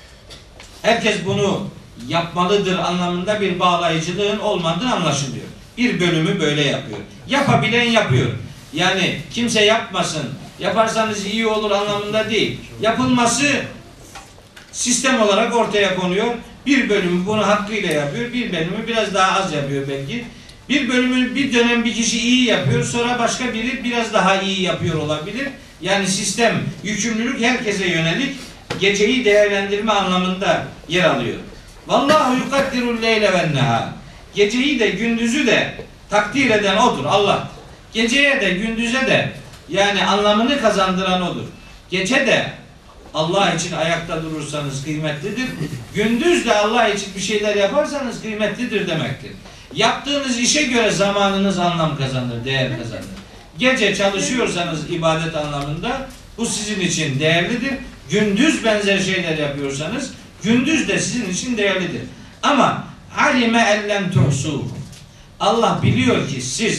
Herkes bunu yapmalıdır anlamında bir bağlayıcılığın olmadığı anlaşılıyor. Bir bölümü böyle yapıyor. Yapabilen yapıyor. Yani kimse yapmasın, yaparsanız iyi olur anlamında değil. Yapılması sistem olarak ortaya konuyor. Bir bölümü bunu hakkıyla yapıyor. Bir bölümü biraz daha az yapıyor belki. Bir bölümü bir dönem bir kişi iyi yapıyor. Sonra başka biri biraz daha iyi yapıyor olabilir. Yani sistem, yükümlülük herkese yönelik, geceyi değerlendirme anlamında yer alıyor. Vallahu yukaddirul leyle ven nehar. Geceyi de gündüzü de takdir eden odur, Allah. Geceye de gündüze de yani anlamını kazandıran odur. Gece de Allah için ayakta durursanız kıymetlidir. Gündüz de Allah için bir şeyler yaparsanız kıymetlidir demektir. Yaptığınız işe göre zamanınız anlam kazanır, değer kazanır. Gece çalışıyorsanız ibadet anlamında bu sizin için değerlidir. Gündüz benzer şeyler yapıyorsanız gündüz de sizin için değerlidir. Ama alime ellen tuhsuh. Allah biliyor ki siz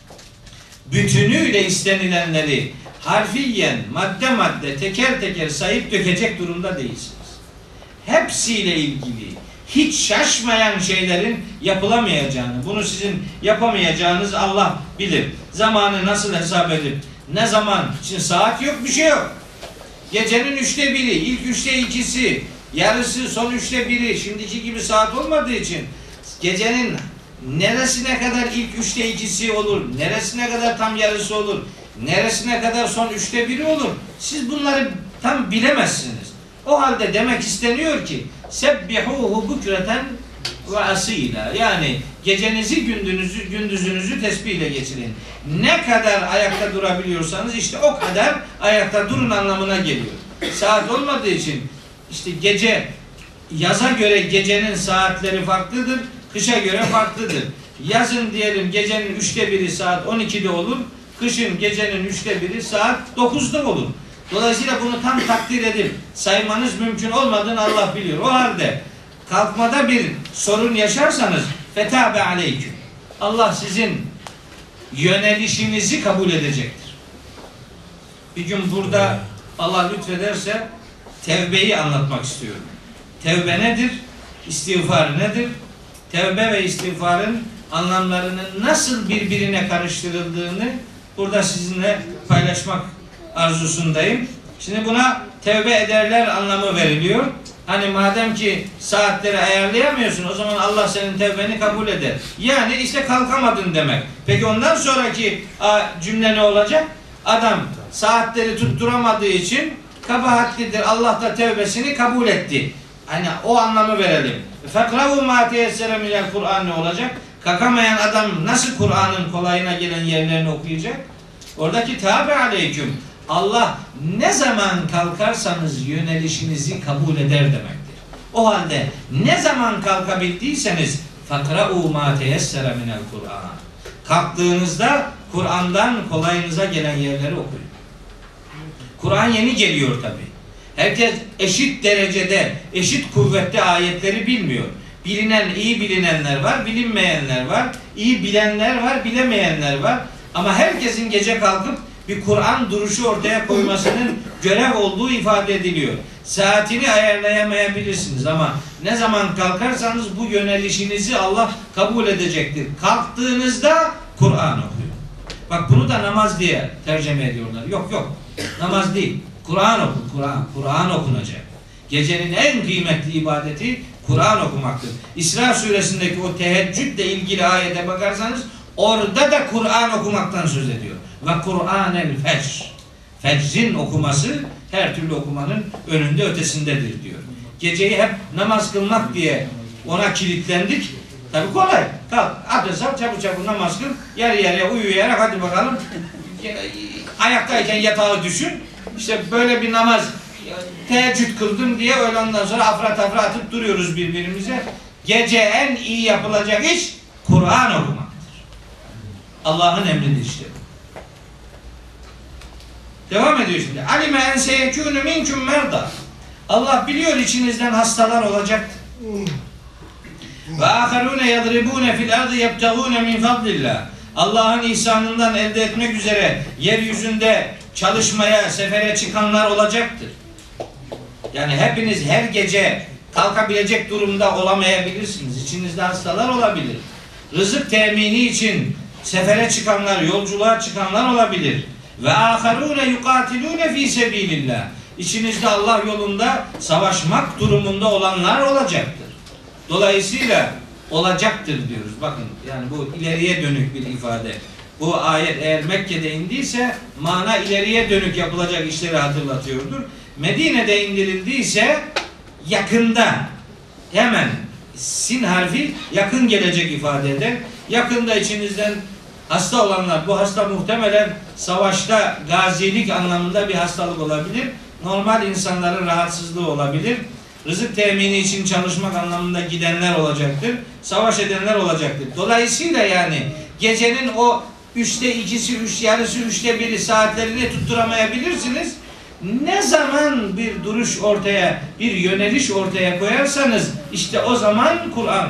bütünüyle istenilenleri harfiyen, madde madde, teker teker sayıp dökecek durumda değilsiniz. Hepsiyle ilgili hiç şaşmayan şeylerin yapılamayacağını, bunu sizin yapamayacağınız Allah bilir. Zamanı nasıl hesap edip, ne zaman, şimdi saat yok, bir şey yok. Gecenin 1/3, ilk 2/3, yarısı, son 1/3, şimdiki gibi saat olmadığı için gecenin neresine kadar ilk 2/3 olur, neresine kadar tam yarısı olur, neresine kadar son 1/3 olur, siz bunları tam bilemezsiniz. O halde demek isteniyor ki sebbihuhu bukreten ve asila, yani gecenizi gündüzünüzü tesbihle geçirin. Ne kadar ayakta durabiliyorsanız işte o kadar ayakta durun anlamına geliyor. Saat olmadığı için işte gece, yaza göre gecenin saatleri farklıdır, kışa göre farklıdır. Yazın diyelim gecenin 1/3 saat 12'de olur, kışın gecenin 1/3 saat 9'da olur. Dolayısıyla bunu tam takdir edip saymanız mümkün olmadığını Allah biliyor. O halde kalkmada bir sorun yaşarsanız fetabe aleyküm. Allah sizin yönelişinizi kabul edecektir. Bir gün burada Allah lütfederse tevbeyi anlatmak istiyorum. Tevbe nedir? İstiğfar nedir? Tevbe ve istiğfarın anlamlarının nasıl birbirine karıştırıldığını burada sizinle paylaşmak arzusundayım. Şimdi buna tevbe ederler anlamı veriliyor. Hani madem ki saatleri ayarlayamıyorsun, o zaman Allah senin tevbeni kabul eder. Yani işte kalkamadın demek. Peki ondan sonraki cümle ne olacak? Adam saatleri tutturamadığı için kabahatlidir. Allah da tevbesini kabul etti. Hani o anlamı verelim. Fekravu ma teyessere minel Kur'an ne olacak? Kalkamayan adam nasıl Kur'an'ın kolayına gelen yerlerini okuyacak? Oradaki tabi aleyküm. Allah ne zaman kalkarsanız yönelişinizi kabul eder demektir. O halde ne zaman kalkabildiyseniz fakra'u ma teyessere minel Kur'an. Kalktığınızda Kur'an'dan kolayınıza gelen yerleri okuyun. Kur'an yeni geliyor tabi. Herkes eşit derecede, eşit kuvvette ayetleri bilmiyor. İyi bilinenler var, bilinmeyenler var. İyi bilenler var, bilemeyenler var. Ama herkesin gece kalkıp bir Kur'an duruşu ortaya koymasının görev olduğu ifade ediliyor. Saatini ayarlayamayabilirsiniz ama ne zaman kalkarsanız bu yönelişinizi Allah kabul edecektir. Kalktığınızda Kur'an okuyun. Bak bunu da namaz diye tercüme ediyorlar. Yok. Namaz değil. Kur'an oku. Kur'an okunacak. Gecenin en kıymetli ibadeti Kur'an okumaktır. İsra suresindeki o teheccüdle ilgili ayete bakarsanız orada da Kur'an okumaktan söz ediyor. Ve Kur'anel fecr. Fecrin okuması her türlü okumanın önünde ötesindedir diyor. Geceyi hep namaz kılmak diye ona kilitlendik. Tabi kolay. Kalk, abdest al, çabuk namaz kıl. Yarı yarıya uyuyarak hadi bakalım. Ayaktayken yatağı düşün. İşte böyle bir namaz, teheccüd kıldım diye öyle ondan sonra afra tafra atıp duruyoruz birbirimize. Gece en iyi yapılacak iş Kur'an okumaktır. Allah'ın emridir işte. Devam ediyor şimdi. Alime en seyekûnü minküm merda. Allah biliyor içinizden hastalar olacaktır. Ve âherûne yadribûne fil ardı yebtegûne min fadlillah. Allah'ın ihsanından elde etmek üzere yeryüzünde çalışmaya, sefere çıkanlar olacaktır. Yani hepiniz her gece kalkabilecek durumda olamayabilirsiniz. İçinizde hastalar olabilir. rızık temini için sefere çıkanlar, yolculuğa çıkanlar olabilir. Ve aharune yukatilune fi sebilillah. İçinizde Allah yolunda savaşmak durumunda olanlar olacaktır. Dolayısıyla olacaktır diyoruz. Bakın yani bu ileriye dönük bir ifade. Bu ayet eğer Mekke'de indiyse mana ileriye dönük yapılacak işleri hatırlatıyordur. Medine'de indirildiyse yakında, hemen sin harfi yakın gelecek ifade eder. Yakında içinizden hasta olanlar, bu hasta muhtemelen savaşta gazilik anlamında bir hastalık olabilir. Normal insanların rahatsızlığı olabilir. Rızık temini için çalışmak anlamında gidenler olacaktır. Savaş edenler olacaktır. Dolayısıyla yani gecenin o 2/3, yarısı 1/3 saatlerini tutturamayabilirsiniz. Ne zaman bir duruş ortaya, bir yöneliş ortaya koyarsanız işte o zaman Kur'an.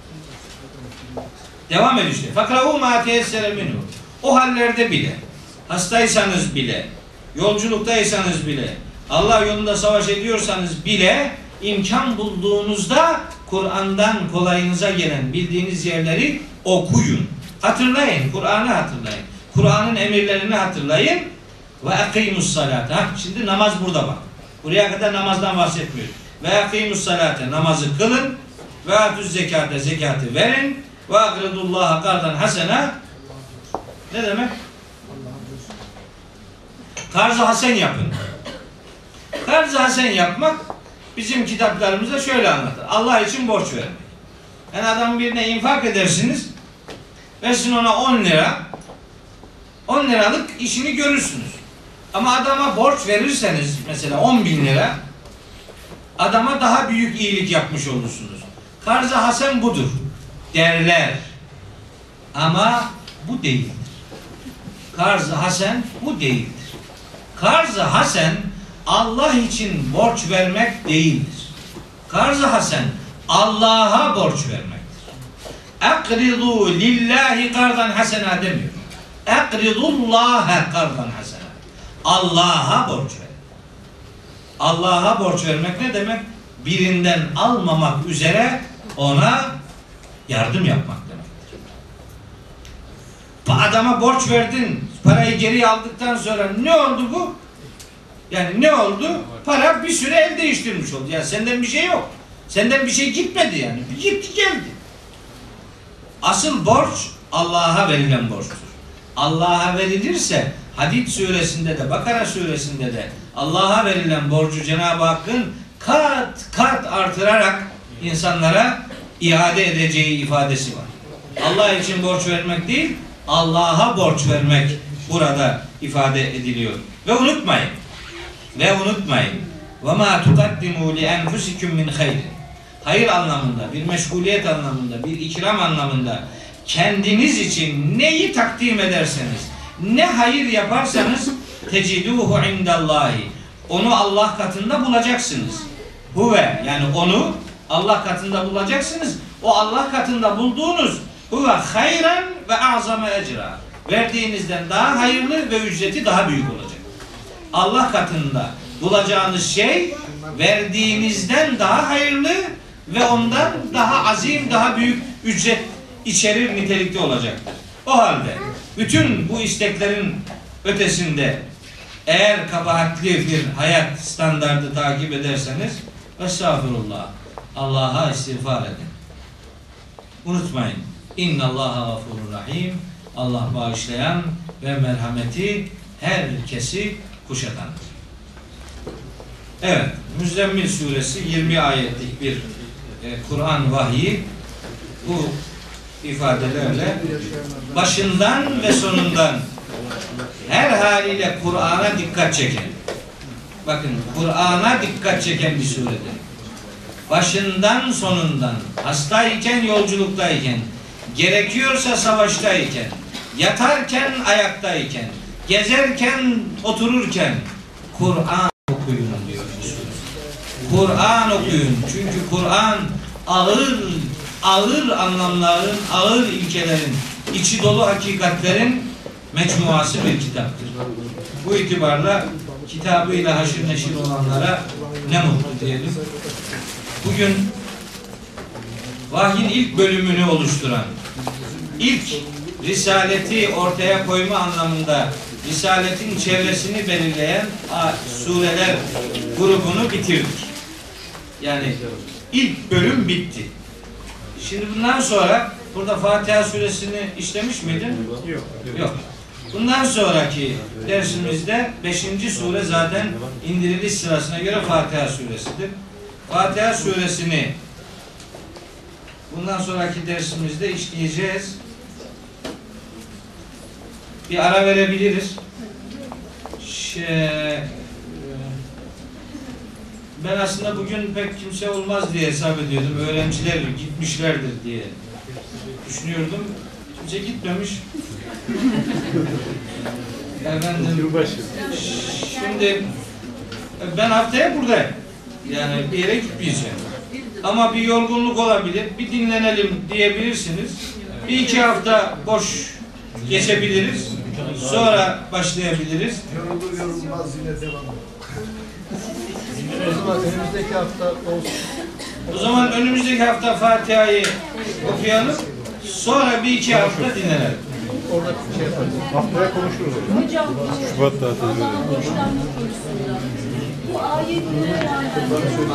Devam ediyor işte. Fakrahu ma teyessere minhu. O hallerde bile, hastaysanız bile, yolculuktaysanız bile, Allah yolunda savaş ediyorsanız bile imkan bulduğunuzda Kur'an'dan kolayınıza gelen bildiğiniz yerleri okuyun. Hatırlayın, Kur'an'ı hatırlayın. Kur'an'ın emirlerini hatırlayın. Ve akimus salate. Şimdi namaz burada bak. Buraya kadar namazdan bahsetmiyor. Ve akimus salate. Namazı kılın. Ve atüz zekate. Zekatı verin. Ve akridullaha kardan hasena. Ne demek? Karz-ı hasen yapın. Karz-ı hasen yapmak bizim kitaplarımızda şöyle anlatır. Allah için borç vermek. Yani adamın birine infak edersiniz. Versin ona 10 lira. 10 liralık işini görürsünüz. Ama adama borç verirseniz mesela 10.000 lira adama daha büyük iyilik yapmış olursunuz. Karz-ı hasen budur derler. Ama bu değildir. Karz-ı hasen bu değildir. Karz-ı hasen Allah için borç vermek değildir. Karz-ı hasen Allah'a borç vermektir. Ekridu lillahi kardan hasena demiyor. Ekridullaha kardan hasena. Allah'a borç ver. Allah'a borç vermek ne demek? Birinden almamak üzere ona yardım yapmak demektir. Adama borç verdin, parayı geri aldıktan sonra ne oldu bu? Yani ne oldu? Para bir süre el değiştirmiş oldu. Yani senden bir şey yok. Senden bir şey gitmedi yani. Gitti geldi. Asıl borç Allah'a verilen borçtur. Allah'a verilirse Hadid suresinde de Bakara suresinde de Allah'a verilen borcu Cenab-ı Hakk'ın kat kat artırarak insanlara iade edeceği ifadesi var. Allah için borç vermek değil, Allah'a borç vermek burada ifade ediliyor. Ve unutmayın. وَمَا تُقَدِّمُوا لِأَنْفُسِكُمْ مِنْ خَيْرٍ. Hayır anlamında, bir meşguliyet anlamında, bir ikram anlamında kendiniz için neyi takdim ederseniz, ne hayır yaparsanız teciduhu indallahi. Onu Allah katında bulacaksınız. Huve yani onu Allah katında bulacaksınız. O Allah katında bulduğunuz huve hayran ve azame ecra. Verdiğinizden daha hayırlı ve ücreti daha büyük olacak. Allah katında bulacağınız şey verdiğinizden daha hayırlı ve ondan daha azim, daha büyük ücret içerir nitelikte olacaktır. O halde bütün bu isteklerin ötesinde eğer kabahatli bir hayat standardı takip ederseniz estağfurullah, Allah'a istiğfar edin. Unutmayın. İnnallaha gafurur rahim. Allah bağışlayan ve merhameti herkesi kuşatandır. Evet, Müzzemmil suresi 20 ayetlik bir Kur'an vahyi bu ifadelerle başından ve sonundan her haliyle Kur'an'a dikkat çeken, bakın Kur'an'a dikkat çeken bir suredir. Başından sonundan, hastayken, yolculuktayken, gerekiyorsa savaştayken, yatarken, ayaktayken, gezerken, otururken Kur'an okuyun diyor. Kur'an okuyun. Çünkü Kur'an ağır anlamların, ağır ilkelerin, içi dolu hakikatlerin mecmuası bir kitaptır. Bu itibarla kitabıyla haşır neşir olanlara ne mutlu diyelim. Bugün vahyin ilk bölümünü oluşturan ilk risaleti ortaya koyma anlamında risaletin çevresini belirleyen sureler grubunu bitirdik. Yani ilk bölüm bitti. Şimdi bundan sonra burada Fatiha suresini işlemiş miydin? Yok. Bundan sonraki dersimizde 5. sure zaten indiriliş sırasına göre Fatiha suresidir. Fatiha suresini bundan sonraki dersimizde işleyeceğiz. Bir ara verebiliriz. Ben aslında bugün pek kimse olmaz diye hesap ediyordum. Öğrenciler gitmişlerdir diye düşünüyordum. Kimse gitmemiş. Efendim, şimdi ben haftaya buradayım. Yani bir yere gitmeyeceğim. Ama bir yorgunluk olabilir. Bir dinlenelim diyebilirsiniz. Bir iki hafta boş geçebiliriz. Sonra başlayabiliriz. Yorulur yorulmaz yine devam. O zaman önümüzdeki hafta olsun. O zaman önümüzdeki hafta Fatiha'yı okuyalım. Sonra bir iki hafta dinlenelim. Orada bir şey yaparız. Haftaya konuşuruz hocam. Hocam, Şubat tatilinde. Allah boşlanma konusunda bu ayetlere rağmen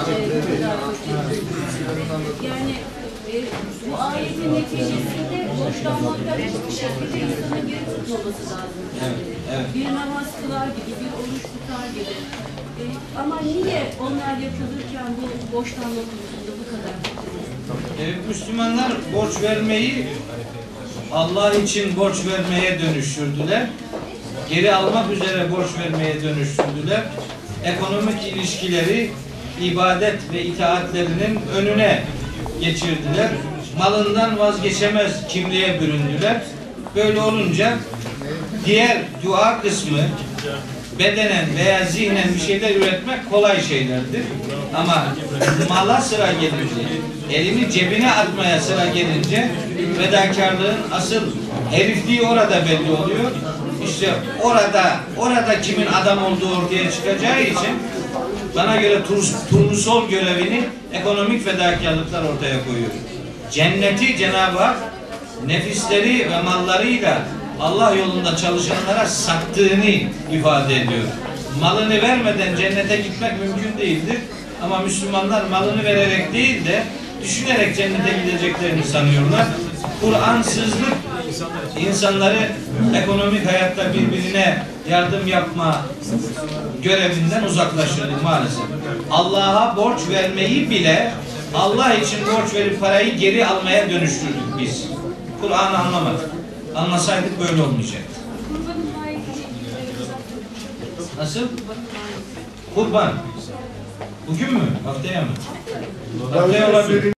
yani bu ayetin neticesinde boşlanmaktan hiçbir şekilde insanın geri tutmaması lazım. Evet. Bir namaz kılar gibi, bir oruç tutar gibi. Ama niye onlar yapılırken bu boşlanma konusunda bu kadar? Müslümanlar borç vermeyi Allah için borç vermeye dönüştürdüler. Geri almak üzere borç vermeye dönüştürdüler. Ekonomik ilişkileri ibadet ve itaatlerinin önüne geçirdiler. Malından vazgeçemez kimliğe büründüler. Böyle olunca diğer dua kısmı bedenen veya zihnen bir şeyler üretmek kolay şeylerdir. Ama mala sıra gelince, elini cebine atmaya sıra gelince fedakarlığın asıl herifliği orada belli oluyor. İşte orada kimin adam olduğu ortaya çıkacağı için bana göre turnusol görevini ekonomik fedakarlıklar ortaya koyuyor. Cenneti Cenab-ı Hak nefisleri ve mallarıyla Allah yolunda çalışanlara sattığını ifade ediyor. Malını vermeden cennete gitmek mümkün değildir. Ama Müslümanlar malını vererek değil de düşünerek cennete gideceklerini sanıyorlar. Kur'ansızlık insanları ekonomik hayatta birbirine yardım yapma görevinden uzaklaştırdı maalesef. Allah'a borç vermeyi bile Allah için borç verip parayı geri almaya dönüştürdük biz. Kur'an'ı anlamadık. Anlasaydık böyle olmayacaktı. Nasıl? Kurban. Bugün mü? Haftaya mı? Haftaya olabilir.